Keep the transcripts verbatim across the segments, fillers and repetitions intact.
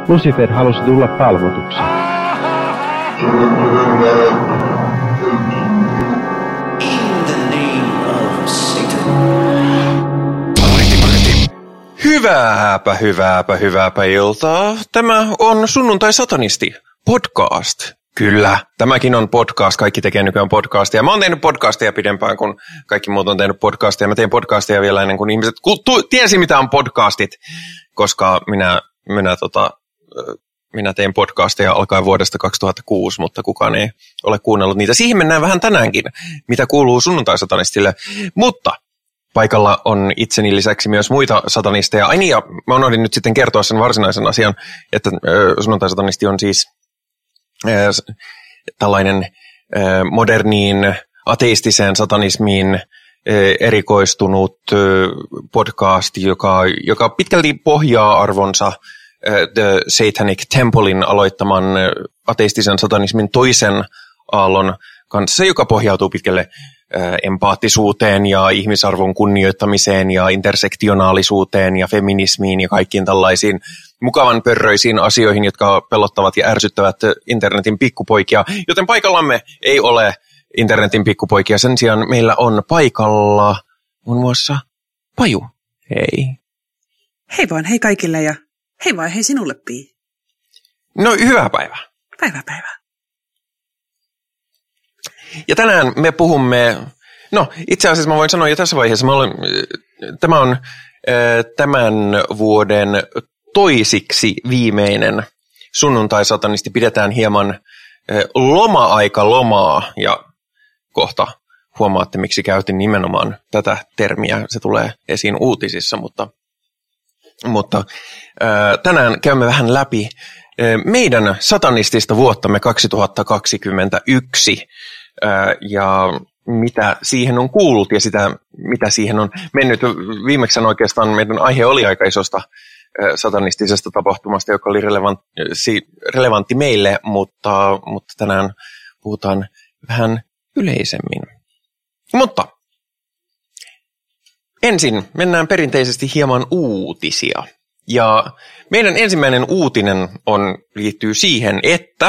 Lucifer halusi tulla palvotuksi. Hyvääpä, hyvääpä, hyvääpä iltaa. Tämä on Sunnuntai Satanisti podcast. Kyllä, tämäkin on podcast. Kaikki tekee nykyään podcastia. Mä oon tehnyt podcastia pidempään, kun kaikki muut on tehnyt podcastia. Mä tein podcastia vielä ennen kuin ihmiset tiesi, mitä on podcastit, koska minä, minä, tota, minä tein podcastia alkaen vuodesta kaksituhattakuusi, mutta kukaan ei ole kuunnellut niitä. Siihen mennään vähän tänäänkin, mitä kuuluu Sunnuntai Satanistille. Mutta paikalla on itseni lisäksi myös muita satanisteja. Ai niin, ja mä unohdin nyt sitten kertoa sen varsinaisen asian, että Sunnuntai Satanisti on siis tällainen moderniin ateistiseen satanismiin erikoistunut podcast, joka, joka pitkälti pohjaa arvonsa The Satanic Templein aloittaman ateistisen satanismin toisen aallon kanssa, joka pohjautuu pitkälle empaattisuuteen ja ihmisarvon kunnioittamiseen ja intersektionaalisuuteen ja feminismiin ja kaikkiin tällaisiin mukavan pörröisiin asioihin, jotka pelottavat ja ärsyttävät internetin pikkupoikia. Joten paikallamme ei ole internetin pikkupoikia. Sen sijaan meillä on paikalla muun muassa Paju. Hei. Hei vaan, hei kaikille ja hei vaan, hei sinulle, Pii. No, hyvää päivää. Päivää päivää. Ja tänään me puhumme, no itse asiassa mä voin sanoa jo tässä vaiheessa, mä olen, tämä on tämän vuoden toisiksi viimeinen Sunnuntai-satanisti. Pidetään hieman loma-aika lomaa ja kohta huomaatte, miksi käytin nimenomaan tätä termiä. Se tulee esiin uutisissa, mutta, mutta tänään käymme vähän läpi meidän satanistista vuottamme kaksituhattakaksikymmentäyksi ja mitä siihen on kuullut ja sitä, mitä siihen on mennyt. Viimeksi oikeastaan meidän aihe oli aika isosta satanistisesta tapahtumasta, joka oli relevantti, relevantti meille, mutta, mutta tänään puhutaan vähän yleisemmin. Mutta ensin mennään perinteisesti hieman uutisia. Ja meidän ensimmäinen uutinen on, liittyy siihen, että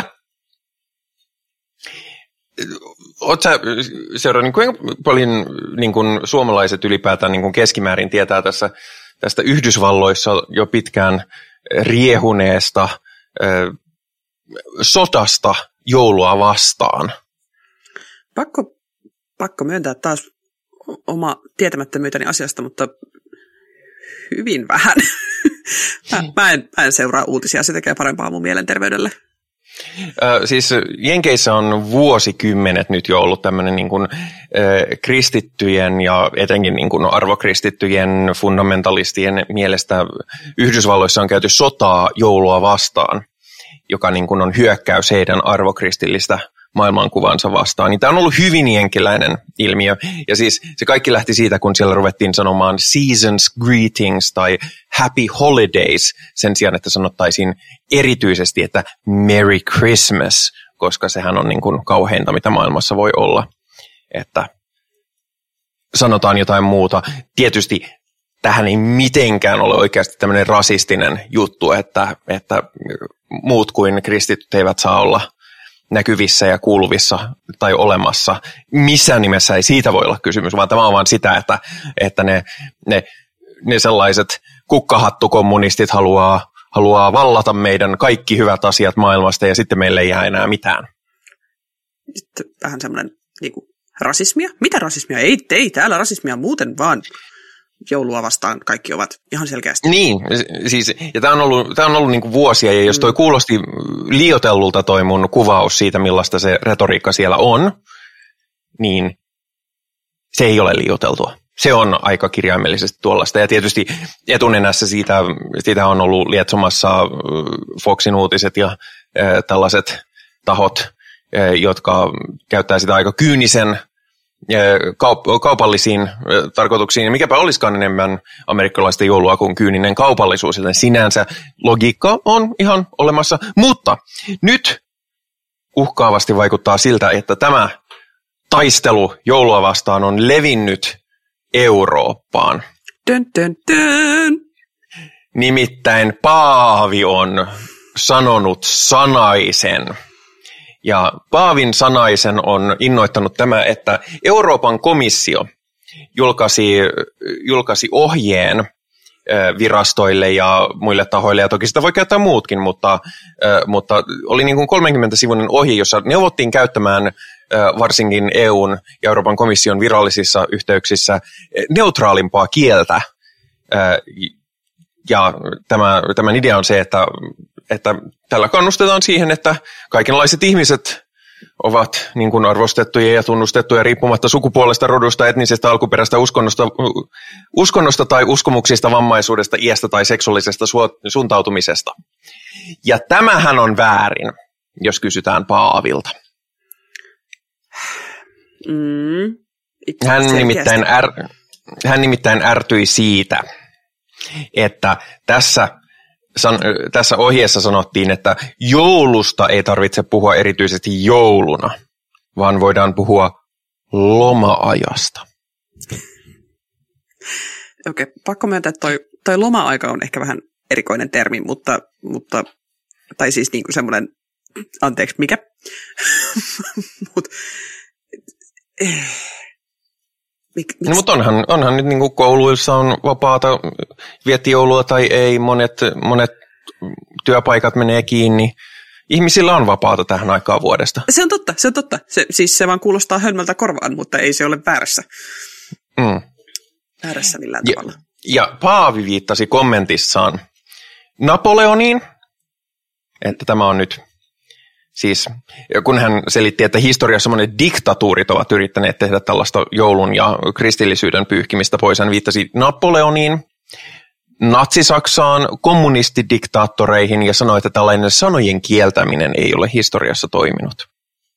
oletko sä seurannut, niin kuin paljon niin kuin suomalaiset ylipäätään niin kuin keskimäärin tietää tässä, tästä Yhdysvalloissa jo pitkään riehuneesta ö, sotasta joulua vastaan? Pakko, pakko myöntää taas oma tietämättömyyteni asiasta, mutta hyvin vähän. Mä, mä, en, mä en seuraa uutisia, se tekee parempaa mun mielenterveydelle. Ö, siis Jenkeissä on vuosikymmenet nyt jo ollut tämmöinen niin kuin, ö, kristittyjen ja etenkin niin kuin arvokristittyjen fundamentalistien mielestä Yhdysvalloissa on käyty sotaa joulua vastaan, joka niin kuin on hyökkäys heidän arvokristillistä maailmankuvansa vastaan. Niin tämä on ollut hyvin jenkiläinen ilmiö. Ja siis se kaikki lähti siitä, kun siellä ruvettiin sanomaan seasons greetings tai happy holidays sen sijaan, että sanottaisiin erityisesti, että Merry Christmas, koska sehän on niin kuin kauheinta, mitä maailmassa voi olla. Että sanotaan jotain muuta. Tietysti tähän ei mitenkään ole oikeasti tämmöinen rasistinen juttu, että, että muut kuin kristityt eivät saa olla näkyvissä ja kuuluvissa tai olemassa. Missään nimessä ei siitä voi olla kysymys, vaan tämä on vaan sitä, että, että ne, ne, ne sellaiset kukkahattukommunistit haluaa, haluaa vallata meidän kaikki hyvät asiat maailmasta ja sitten meille ei jää enää mitään. Sitten vähän semmoinen niin kuin rasismia. Mitä rasismia? Ei, ei täällä rasismia muuten, vaan joulua vastaan kaikki ovat ihan selkeästi. Niin, siis, ja tämä on ollut, tämä on ollut niin kuin vuosia, ja jos toi kuulosti liioitellulta toi mun kuvaus siitä, millaista se retoriikka siellä on, niin se ei ole liioiteltua. Se on aika kirjaimellisesti tuollaista, ja tietysti etunenässä siitä, siitä on ollut lietsomassa Foxin uutiset ja äh, tällaiset tahot, äh, jotka käyttää sitä aika kyynisen Kaup- kaupallisiin tarkoituksiin, mikäpä olisikaan enemmän amerikkalaista joulua kuin kyyninen kaupallisuus, joten sinänsä logiikka on ihan olemassa, mutta nyt uhkaavasti vaikuttaa siltä, että tämä taistelu joulua vastaan on levinnyt Eurooppaan. Dön, dön, dön. Nimittäin Paavi on sanonut sanaisen. Ja Paavin sanaisen on innoittanut tämä, että Euroopan komissio julkaisi, julkaisi ohjeen virastoille ja muille tahoille, ja toki sitä voi käyttää muutkin, mutta, mutta oli niin kuin kolmekymmentä-sivuinen ohje, jossa neuvottiin käyttämään varsinkin E U:n ja Euroopan komission virallisissa yhteyksissä neutraalimpaa kieltä. Ja tämä, tämän idea on se, että, että tällä kannustetaan siihen, että kaikenlaiset ihmiset ovat niin kuin arvostettuja ja tunnustettuja riippumatta sukupuolesta, rodusta, etnisestä alkuperästä, uskonnosta, uskonnosta tai uskomuksista, vammaisuudesta, iästä tai seksuaalisesta suuntautumisesta. Ja tämähän on väärin, jos kysytään Paavilta. Mm, hän, nimittäin är, hän nimittäin ärtyi siitä, että tässä, san, tässä ohjeessa sanottiin, että joulusta ei tarvitse puhua erityisesti jouluna, vaan voidaan puhua loma-ajasta. Okei, okay, pakko myöntää, että toi, toi loma-aika on ehkä vähän erikoinen termi, mutta, mutta tai siis niin kuin semmoinen, anteeksi, mikä? Mut, eh. Mik, no, mutta onhan, onhan nyt niin kuin kouluissa on vapaata, vietti joulua tai ei, monet, monet työpaikat menee kiinni. Ihmisillä on vapaata tähän aikaan vuodesta. Se on totta, se on totta. Se, siis se vaan kuulostaa hölmöltä korvaan, mutta ei se ole väärässä. Mm. Väärässä millään ja, tavalla. Ja Paavi viittasi kommentissaan Napoleoniin, että tämä on nyt, siis kun hän selitti, että historiassa monet diktatuurit ovat yrittäneet tehdä tällaista joulun ja kristillisyyden pyyhkimistä pois, hän viittasi Napoleoniin, Natsi-Saksaan, kommunistidiktaattoreihin ja sanoi, että tällainen sanojen kieltäminen ei ole historiassa toiminut.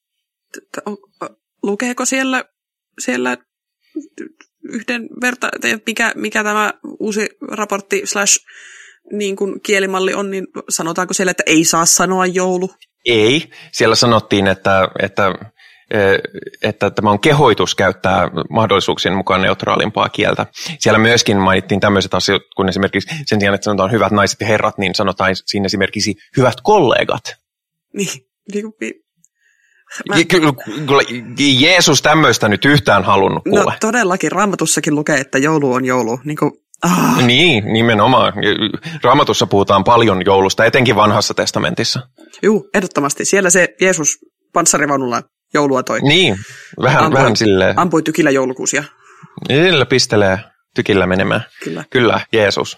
Lukeeko siellä, siellä yhden verta, mikä, mikä tämä uusi raportti slash niin kuin kielimalli on, niin sanotaanko siellä, että ei saa sanoa joulu? Ei. Siellä sanottiin, että, että, että tämä on kehoitus käyttää mahdollisuuksien mukaan neutraalimpaa kieltä. Siellä myöskin mainittiin tämmöiset asiat, kun esimerkiksi sen sijaan, että sanotaan hyvät naiset ja herrat, niin sanotaan siinä esimerkiksi hyvät kollegat. Niin, niin kuin... Mä... Kyllä, kyllä Jeesus tämmöistä nyt yhtään halunnut kuule. No todellakin, Raamatussakin lukee, että joulu on joulu. Niin, kuin, ah. Niin, nimenomaan. Raamatussa puhutaan paljon joulusta, etenkin vanhassa testamentissa. Juu, ehdottomasti. Siellä se Jeesus panssarivaunulla joulua toi. Niin, vähän, ampui, vähän silleen. Ampui tykillä joulukuusia. Sillä pistelee tykillä menemään. Kyllä. Kyllä, Jeesus.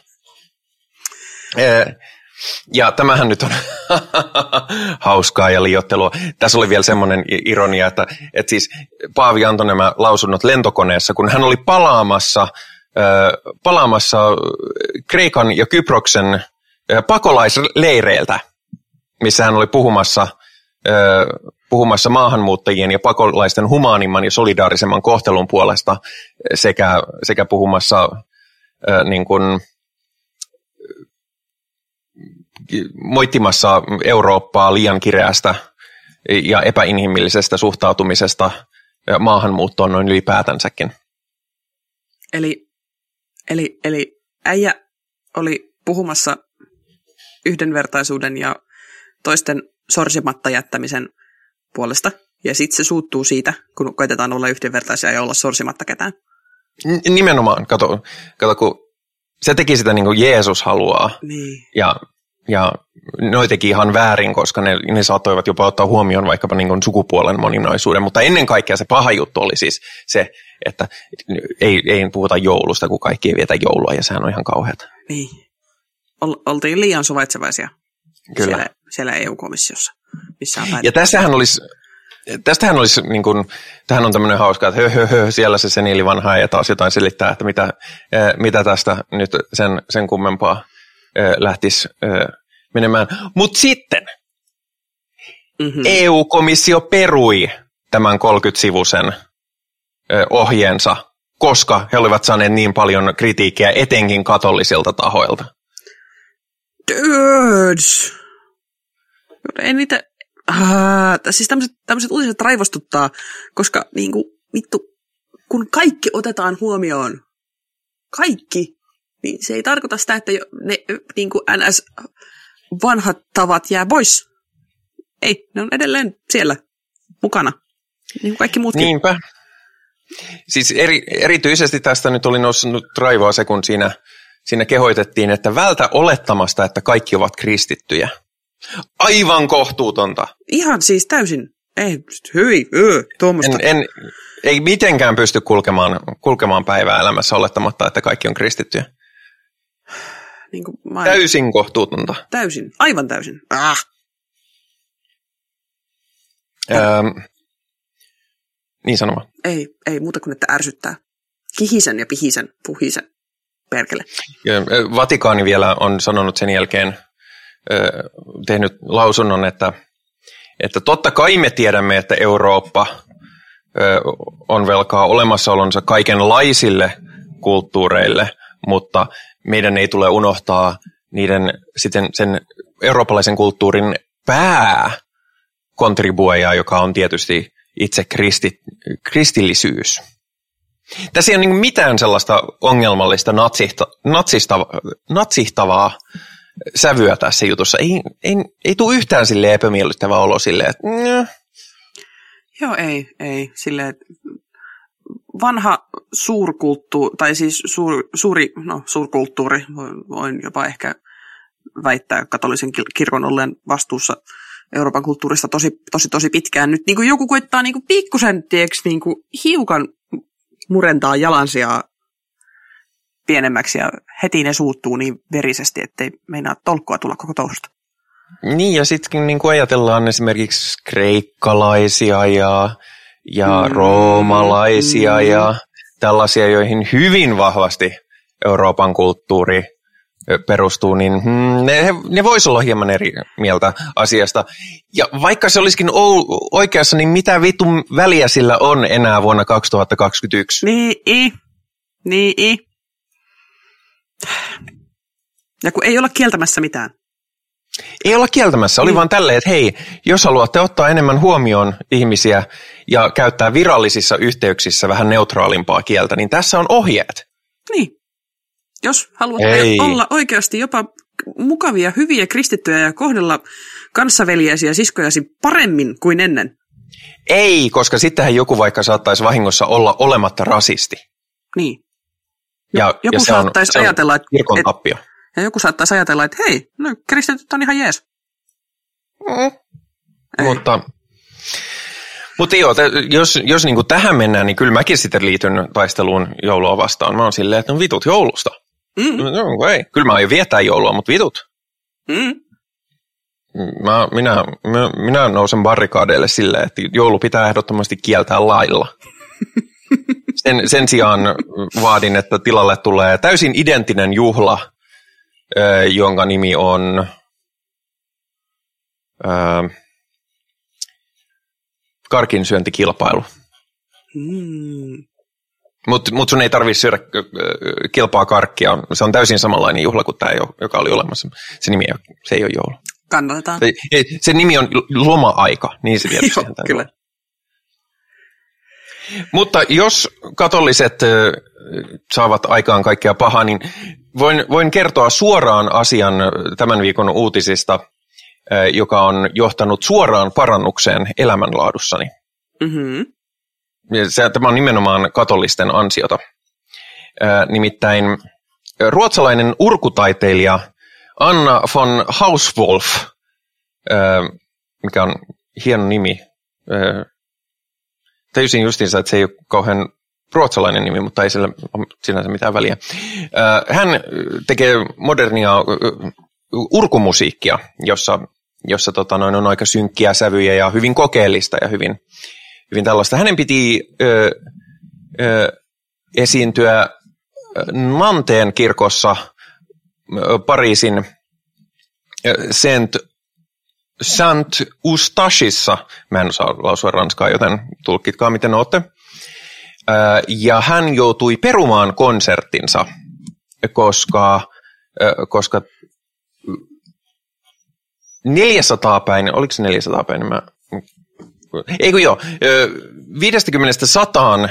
Ja tämähän nyt on hauskaa ja liioittelua. Tässä oli vielä semmoinen ironia, että, että siis Paavi antoi nämä lausunnot lentokoneessa, kun hän oli palaamassa, äh, palaamassa Kreikan ja Kyproksen äh, pakolaisleireiltä, missä hän oli puhumassa, äh, puhumassa maahanmuuttajien ja pakolaisten humaanimman ja solidaarisemman kohtelun puolesta sekä, sekä puhumassa äh, niin kuin, moittimassa Eurooppaa liian kireästä ja epäinhimillisestä suhtautumisesta maahanmuuttoon noin ylipäätänsäkin. Eli, eli, eli äijä oli puhumassa yhdenvertaisuuden ja toisten sorsimatta jättämisen puolesta, ja sitten se suuttuu siitä, kun koitetaan olla yhdenvertaisia ja olla sorsimatta ketään. N- nimenomaan, kato, kato, kun se teki sitä niin kuin Jeesus haluaa, niin. ja Ja noi teki ihan väärin, koska ne, ne saattoivat jopa ottaa huomioon vaikkapa niin kuin sukupuolen moninaisuuden. Mutta ennen kaikkea se paha juttu oli siis se, että ei, ei puhuta joulusta, kun kaikki ei vietä joulua, ja sehän on ihan kauheata. Niin. Oltiin liian suvaitsevaisia siellä, siellä E U-komissiossa, missä on päätetty. Ja tässähän olisi, tästähän olisi, niin kuin, tämähän on tämmöinen hauska, että hö, hö, hö, siellä se seniili vanha ja taas jotain selittää, että mitä, mitä tästä nyt sen, sen kummempaa lähtisi menemään. Mutta sitten mm-hmm. E U-komissio perui tämän kolmekymmentäsivuisen ohjeensa, koska he olivat saaneet niin paljon kritiikkiä etenkin katolisilta tahoilta. Dudes! Ei niitä... Ah, siis tämmöiset, tämmöiset uutiset raivostuttaa, koska niinku, vittu, kun kaikki otetaan huomioon, kaikki, niin se ei tarkoita sitä, että ne niin kuin N S vanhat tavat jää pois. Ei, ne on edelleen siellä mukana, niin kuin kaikki muutkin. Niinpä. Siis eri, erityisesti tästä nyt oli noussut raivoa se, kun siinä, siinä kehoitettiin, että vältä olettamasta, että kaikki ovat kristittyjä. Aivan kohtuutonta. Ihan siis täysin. Ei, hyi, öö, tuommoista. En, en, ei mitenkään pysty kulkemaan, kulkemaan päivää elämässä olettamatta, että kaikki on kristittyjä. Niin kuin mä en... Täysin kohtuutonta. Täysin, aivan täysin. Ah. Öö, niin sanoma. Ei, ei muuta kuin, että ärsyttää. Kihisen ja pihisen, puhisen, perkele. Vatikaani vielä on sanonut sen jälkeen, tehnyt lausunnon, että, että totta kai me tiedämme, että Eurooppa on velkaa olemassaolonsa kaikenlaisille kulttuureille, mutta meidän ei tule unohtaa niiden sitten sen eurooppalaisen kulttuurin pääkontribuoja, joka on tietysti itse kristi, kristillisyys. Tässä ei ole niin mitään sellaista ongelmallista natsihta, natsista, natsihtavaa sävyä tässä jutussa. Ei, ei, ei tule yhtään silleen epämiellyttävä olo silleen, että... Njö. Joo, ei, ei. Silleen, vanha suurkulttuuri, tai siis suur, suuri, no suurkulttuuri, voin jopa ehkä väittää katolisen kirkon olleen vastuussa Euroopan kulttuurista tosi, tosi, tosi pitkään. Nyt niin kuin joku koittaa niin kuin pikkusen, tieks, niin kuin hiukan murentaa jalansijaa pienemmäksi ja heti ne suuttuu niin verisesti, ettei meinaa tolkkua tulla koko touhusta. Niin, ja sitten niin kuin ajatellaan esimerkiksi kreikkalaisia ja, ja mm, roomalaisia mm. ja tällaisia, joihin hyvin vahvasti Euroopan kulttuuri perustuu, niin ne, ne voisi olla hieman eri mieltä asiasta. Ja vaikka se olisikin oikeassa, niin mitä vitun väliä sillä on enää vuonna kaksituhattakaksikymmentäyksi? Niin, niin. Ja kun ei olla kieltämässä mitään. Ei olla kieltämässä, oli niin. Vaan tälleen, että hei, jos haluatte ottaa enemmän huomioon ihmisiä ja käyttää virallisissa yhteyksissä vähän neutraalimpaa kieltä, niin tässä on ohjeet. Niin. Jos haluatte Ei. olla oikeasti jopa mukavia, hyviä kristittyjä ja kohdella kanssaveljiäsi ja siskojasi paremmin kuin ennen. Ei, koska sittenhän joku vaikka saattaisi vahingossa olla olematta rasisti. Niin. Ja, joku ja se saattaisi on, ajatella, että... kirkon tappio. Ja joku saattaisi ajatella, että hei, no kristityt on ihan jees. Mm. Mutta... Mutta joo, te, jos, jos niinku tähän mennään, niin kyllä mäkin sitten liityn taisteluun joulua vastaan. Mä oon silleen, että on vitut joulusta. Mm. No, ei. Kyllä mä aion viettää joulua, mutta vitut. Mm. Mä, minä, minä, minä nousen barrikaadeille silleen, että joulu pitää ehdottomasti kieltää lailla. Sen, sen sijaan vaadin, että tilalle tulee täysin identtinen juhla, jonka nimi on... Ää, karkinsyöntikilpailu. Mm. Mutta mut sun ei tarvitse syödä kilpaa karkkia. Se on täysin samanlainen juhla kuin tämä, joka oli olemassa. Se nimi ei, se ei ole joulu. Kannatetaan. Se, se nimi on loma-aika, niin se tietysti. Joo, kyllä. Mutta jos katoliset saavat aikaan kaikkea pahaa, niin voin, voin kertoa suoraan asian tämän viikon uutisista, joka on johtanut suoraan parannukseen elämänlaadussani. Mm-hmm. Se, tämä on nimenomaan katolisten ansiota. Ää, nimittäin ruotsalainen urkutaiteilija Anna von Hauswolf, ää, mikä on hieno nimi, ää, täysin justiinsa, että se ei ole kauhean ruotsalainen nimi, mutta ei sillä ole sinänsä mitään väliä. Ää, hän tekee modernia urkumusiikkia, jossa, jossa tota, noin on aika synkkiä sävyjä ja hyvin kokeellista ja hyvin, hyvin tällaista. Hänen piti ö, ö, esiintyä Nanteen kirkossa ö, Pariisin Saint, Saint Eustachissa. Mä en osaa lausua ranskaa, joten tulkitkaa miten ootte. Ö, ja hän joutui perumaan konserttinsa, koska, ö, koska neljäsataa päin, oliko se neljäsataa päin? Mä... Eikö joo, viidestäkymmenestä sataan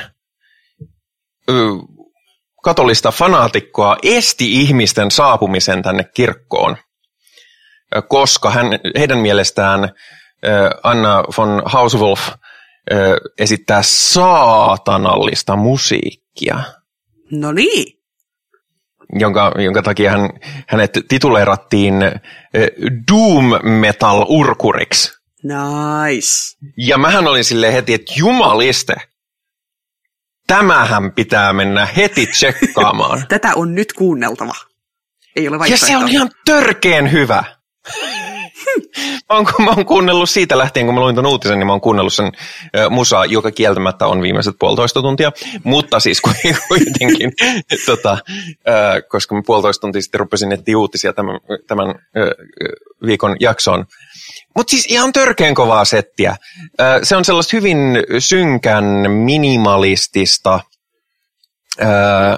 katolista fanaatikkoa esti ihmisten saapumisen tänne kirkkoon. koska hän, heidän mielestään Anna von Hauswolf esittää saatanallista musiikkia. No niin. Jonka, jonka takia hän, hänet tituleerattiin doom metal urkuriksi. Nice. Ja mähän olin silleen heti, että jumaliste, tämähän pitää mennä heti tsekkaamaan. Tätä on nyt kuunneltava. Ei ole vaihtoehtoa. Ja se on ihan törkeen hyvä. Mä oon, mä oon kuunnellut siitä lähtien, kun mä luin ton uutisen, niin mä oon kuunnellut sen äh, musaa, joka kieltämättä on viimeiset puolitoista tuntia. Mutta siis kuitenkin, tota, äh, koska mä puolitoista tuntia sitten rupesin etsiä uutisia tämän, tämän äh, viikon jaksoon. Mutta siis ihan törkeen kovaa settiä. Äh, se on sellaista hyvin synkän, minimalistista äh,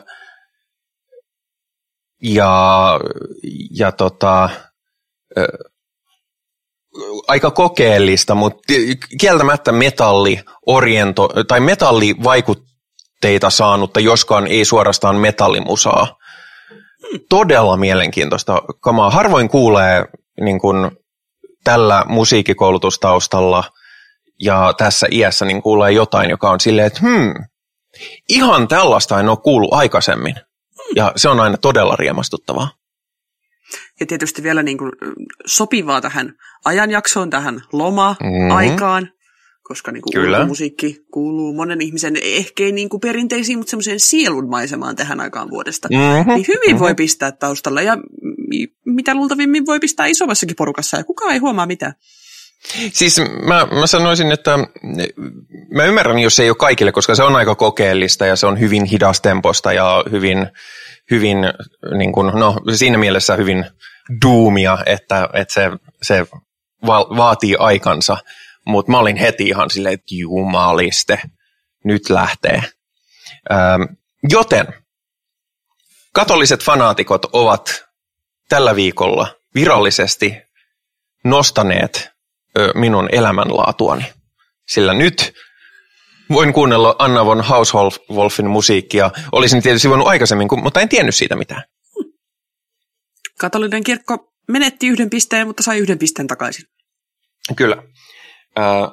ja, ja tota... Äh, aika kokeellista, mutta kieltämättä metallioriento tai metallivaikutteita saanutta, joskaan ei suorastaan metallimusaa. Todella mielenkiintoista kamaa. Harvoin kuulee niin kuin, tällä musiikkikoulutustaustalla ja tässä iässä niin kuulee jotain, joka on silleen, että hmm, ihan tällaista en ole kuullut aikaisemmin. Ja se on aina todella riemastuttavaa. Ja tietysti vielä niin kuin sopivaa tähän ajanjaksoon, tähän loma-aikaan, mm-hmm. koska niin kuin musiikki kuuluu monen ihmisen ehkä ei niin kuin perinteisiin, mutta semmoiseen sielunmaisemaan tähän aikaan vuodesta. Mm-hmm. Niin hyvin mm-hmm. voi pistää taustalla ja mitä luultavimmin voi pistää isommassakin porukassa ja kukaan ei huomaa mitään. Siis mä, mä sanoisin, että mä ymmärrän, jos se ei ole kaikille, koska se on aika kokeellista ja se on hyvin hidastemposta ja hyvin... hyvin, niin kuin, no siinä mielessä hyvin doomia, että, että se, se va- vaatii aikansa, mutta mä olin heti ihan silleen, että jumaliste, nyt lähtee. Ähm, joten katoliset fanaatikot ovat tällä viikolla virallisesti nostaneet ö, minun elämänlaatuani, sillä nyt voin kuunnella Anna von Hauswolfin musiikkia. Olisin tietysti voinut aikaisemmin, mutta en tiennyt siitä mitään. Katolinen kirkko menetti yhden pisteen, mutta sai yhden pisteen takaisin. Kyllä. Äh,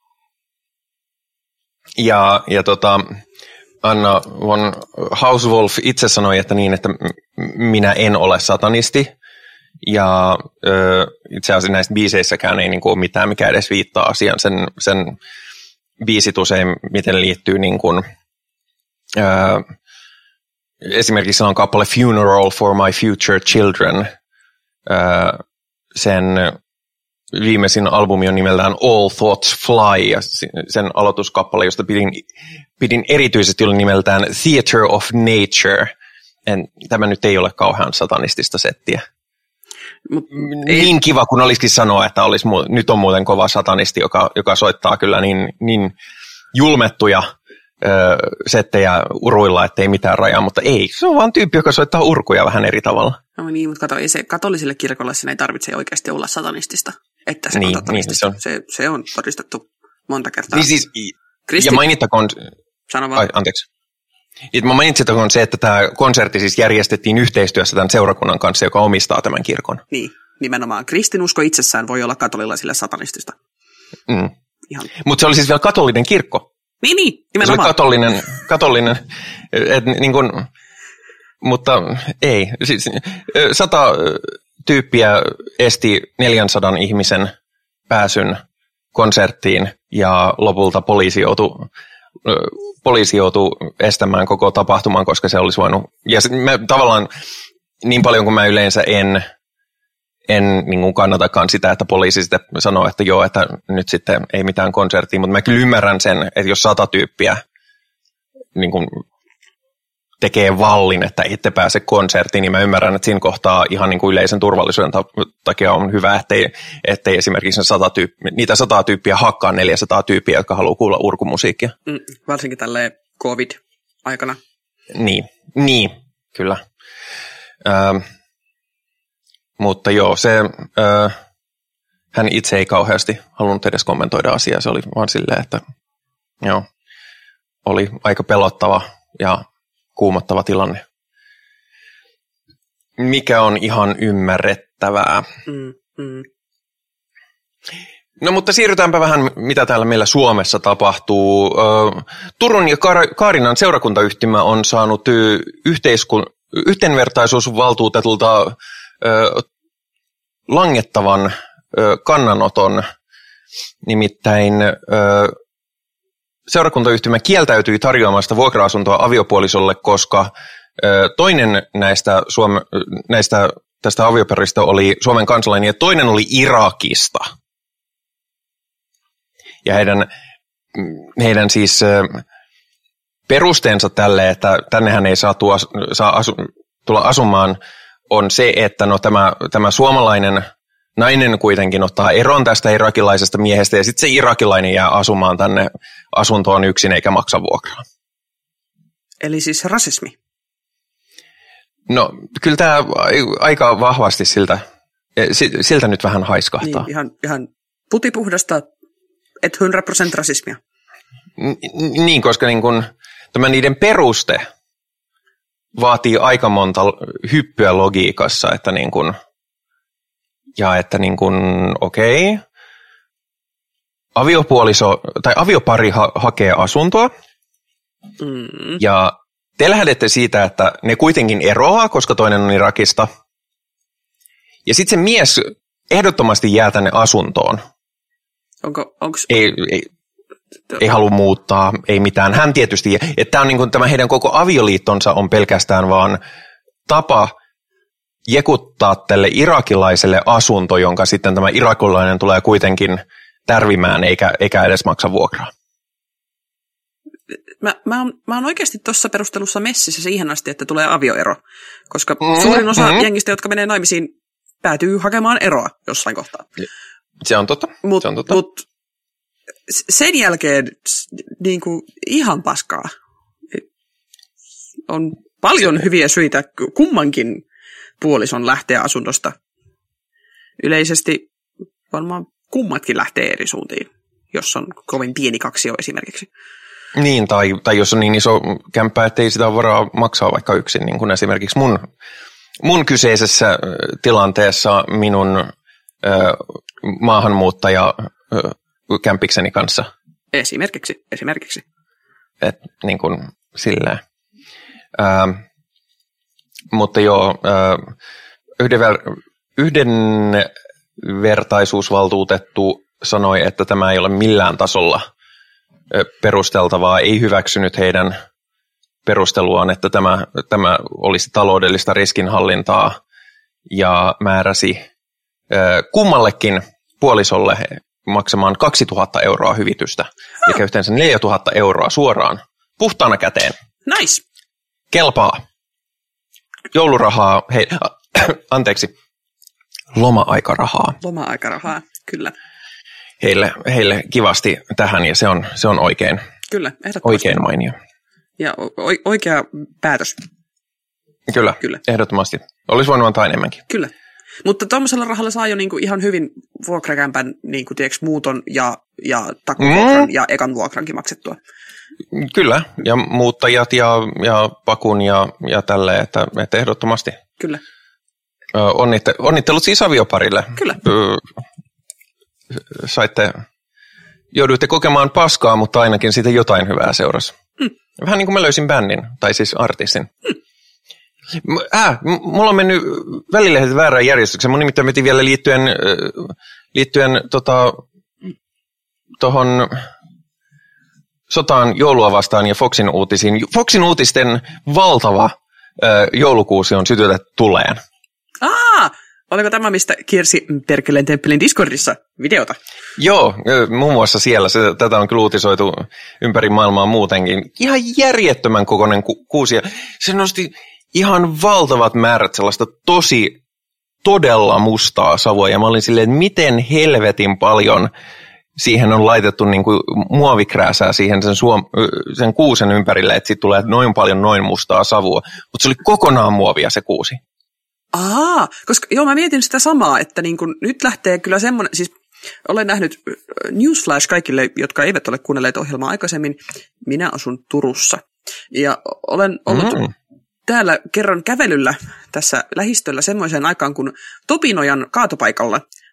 ja ja tota, Anna von Hauswolf itse sanoi, että niin, että minä en ole satanisti. Ja äh, itse asiassa näistä biiseissäkään ei niin kuin ole mitään, mikä edes viittaa asiaan sen... sen biisit usein, miten liittyy niin kuin, ää, esimerkiksi on kappale Funeral for My Future Children. Ää, sen viimeisin albumi on nimeltään All Thoughts Fly, ja sen aloituskappale, josta pidin, pidin erityisesti oli nimeltään Theater of Nature. En, tämä nyt ei ole kauhean satanistista settiä. Mut niin ei. Kiva, kun olisikin sanoa, että olisi, nyt on muuten kova satanisti, joka, joka soittaa kyllä niin, niin julmettuja ö, settejä uruilla, ettei mitään rajaa, mutta ei. Se on vaan tyyppi, joka soittaa urkuja vähän eri tavalla. No niin, mutta kato, ei se katoliselle kirkolle sen ei tarvitse oikeasti olla satanistista, että se niin, on satanistista. Niin, se, on. Se, se on todistettu monta kertaa. Niin siis, Kristi... ja mainittakoon... Sano vaan. Ai, anteeksi. Mä mainitsittakoon se, että tämä konsertti siis järjestettiin yhteistyössä tämän seurakunnan kanssa, joka omistaa tämän kirkon. Niin, nimenomaan. Kristinusko itsessään voi olla katolilaisille satanistista. Mm. Mutta se oli siis vielä katolinen kirkko. Niin, niin, nimenomaan. Se oli katolinen, katolinen et, niin kun, mutta ei. Siis, sata tyyppiä esti neljänsadan ihmisen pääsyn konserttiin ja lopulta poliisi joutui... poliisi joutui estämään koko tapahtuman, koska se olisi voinut, ja se, mä, tavallaan niin paljon kuin mä yleensä en, en niin kuin kannatakaan sitä, että poliisi sitten sanoo, että joo, että nyt sitten ei mitään konserttia, mutta mä kyllä ymmärrän sen, että jos sata tyyppiä niin kuin tekee vallin, että ette pääse konserttiin, niin mä ymmärrän, että siinä kohtaa ihan niin kuin yleisen turvallisuuden takia on hyvä, ettei, ettei esimerkiksi sata tyyppiä, niitä sataa tyyppiä hakkaa neljäsataa tyyppiä, jotka haluaa kuulla urkumusiikkia. Mm, varsinkin tälleen covid-aikana. Niin, niin kyllä. Ö, mutta joo, se, ö, hän itse ei kauheasti halunnut edes kommentoida asiaa, se oli vaan silleen, että joo, oli aika pelottava ja kuumottava tilanne, mikä on ihan ymmärrettävää. Mm, Mm. No mutta siirrytäänpä vähän, mitä täällä meillä Suomessa tapahtuu. Turun ja Kar- Kaarinan seurakuntayhtymä on saanut yhteiskun- yhteenvertaisuusvaltuutetulta langettavan kannanoton. Nimittäin seurakuntayhtymä kieltäytyi tarjoamasta vuokra-asuntoa aviopuolisolle, koska toinen näistä, Suome- näistä tästä avioparista oli Suomen kansalainen ja toinen oli Irakista. Ja heidän, heidän siis perusteensa tälle, että tännehän ei saa, tuo, saa asu, tulla asumaan, on se, että no tämä, tämä suomalainen nainen kuitenkin ottaa eron tästä irakilaisesta miehestä ja sitten se irakilainen jää asumaan tänne asuntoon yksin eikä maksa vuokraa. Eli siis rasismi? No kyllä tämä aika vahvasti siltä, siltä nyt vähän haiskahtaa. Niin, ihan, ihan putipuhdasta, et hundra prosent rasismia. N- niin, koska niin kun, tämä niiden peruste vaatii aika monta hyppyä logiikassa, että niin kun, ja että niin kun, okei, okay, aviopuoliso tai aviopari ha- hakee asuntoa, mm. ja te lähdette siitä, että ne kuitenkin eroaa, koska toinen on Irakista, ja sitten se mies ehdottomasti jää tänne asuntoon. Onko, onks... Ei, ei, ei halua muuttaa, ei mitään. Hän tietysti, että tämä, on niin kuin, tämä heidän koko avioliittonsa on pelkästään vaan tapa jekuttaa tälle irakilaiselle asunto, jonka sitten tämä irakilainen tulee kuitenkin tärvimään eikä, eikä edes maksa vuokraa. Mä, mä, oon, mä oon oikeasti tuossa perustelussa messissä siihen asti, että tulee avioero, koska mm, suurin osa mm. jengistä, jotka menee naimisiin, päätyy hakemaan eroa jossain kohtaa. Se on totta. Mut, se on totta. Mut sen jälkeen niin kuin ihan paskaa. On paljon hyviä syitä kummankin puolison lähteä asunnosta. Yleisesti varmaan kummatkin lähtee eri suuntiin, jos on kovin pieni kaksio esimerkiksi. Niin, tai, tai jos on niin iso kämppä, että ei sitä ole varaa maksaa vaikka yksin, niin kuin esimerkiksi mun, mun kyseisessä tilanteessa minun ö, maahanmuuttaja ö, kämpikseni kanssa. Esimerkiksi, esimerkiksi. Et niin kuin silleen. Ö, mutta joo, ö, yhdenver, yhdenvertaisuusvaltuutettu sanoi, että tämä ei ole millään tasolla perusteltavaa, ei hyväksynyt heidän perusteluaan, että tämä, tämä olisi taloudellista riskinhallintaa ja määräsi kummallekin puolisolle maksamaan kaksituhatta euroa hyvitystä, huh. eli yhteensä neljätuhatta euroa suoraan puhtaana käteen. Nice. Kelpaa. Joulurahaa, hei, äh, anteeksi, loma-aikarahaa. Loma-aikarahaa, kyllä. Heille, heille kivasti tähän ja se on, se on oikein, kyllä, oikein mainio. Ja o- oikea päätös. Kyllä, Kyllä, ehdottomasti. Olisi voinut antaa enemmänkin. Kyllä, mutta tuollaisella rahalla saa jo niinku ihan hyvin vuokrakämpän niinku, tiiäks, muuton ja, ja takuvuokran mm. ja ekan vuokrankin maksettua. Kyllä, ja muuttajat ja, ja pakun ja, ja tälleen, että, että ehdottomasti. Kyllä. Onnitte, onnittelut siis avioparille. Kyllä. Saitte, jouduitte kokemaan paskaa, mutta ainakin siitä jotain hyvää seurasi. Mm. Vähän niin kuin mä löysin bändin, tai siis artistin. Mm. Äh, mulla on mennyt välilehdet väärään järjestykseen. Mun nimittäin metin vielä liittyen, liittyen tota, tohon sotaan joulua vastaan ja Foxin uutisiin. Foxin uutisten valtava ö, joulukuusi on sytytetty tuleen. Aa! Oliko tämä, mistä kiersi Perkeleen temppelin Discordissa videota? Joo, muun muassa siellä. Se, tätä on kyllä uutisoitu ympäri maailmaa muutenkin. Ihan järjettömän kokoinen ku, kuusi. Se nosti ihan valtavat määrät sellaista tosi, todella mustaa savua. Ja mä olin silleen, että miten helvetin paljon siihen on laitettu niin kuin muovikrääsää siihen sen, suom, sen kuusen ympärille, että siitä tulee noin paljon noin mustaa savua. Mutta se oli kokonaan muovia se kuusi. Aa, koska joo, mä mietin sitä samaa, että niin kun nyt lähtee kyllä semmoinen, siis olen nähnyt newsflash kaikille, jotka eivät ole kuunnelleet ohjelmaa aikaisemmin, minä asun Turussa. Ja olen ollut mm. täällä kerran kävelyllä tässä lähistöllä semmoiseen aikaan, kun Topinojan kaatopaikalla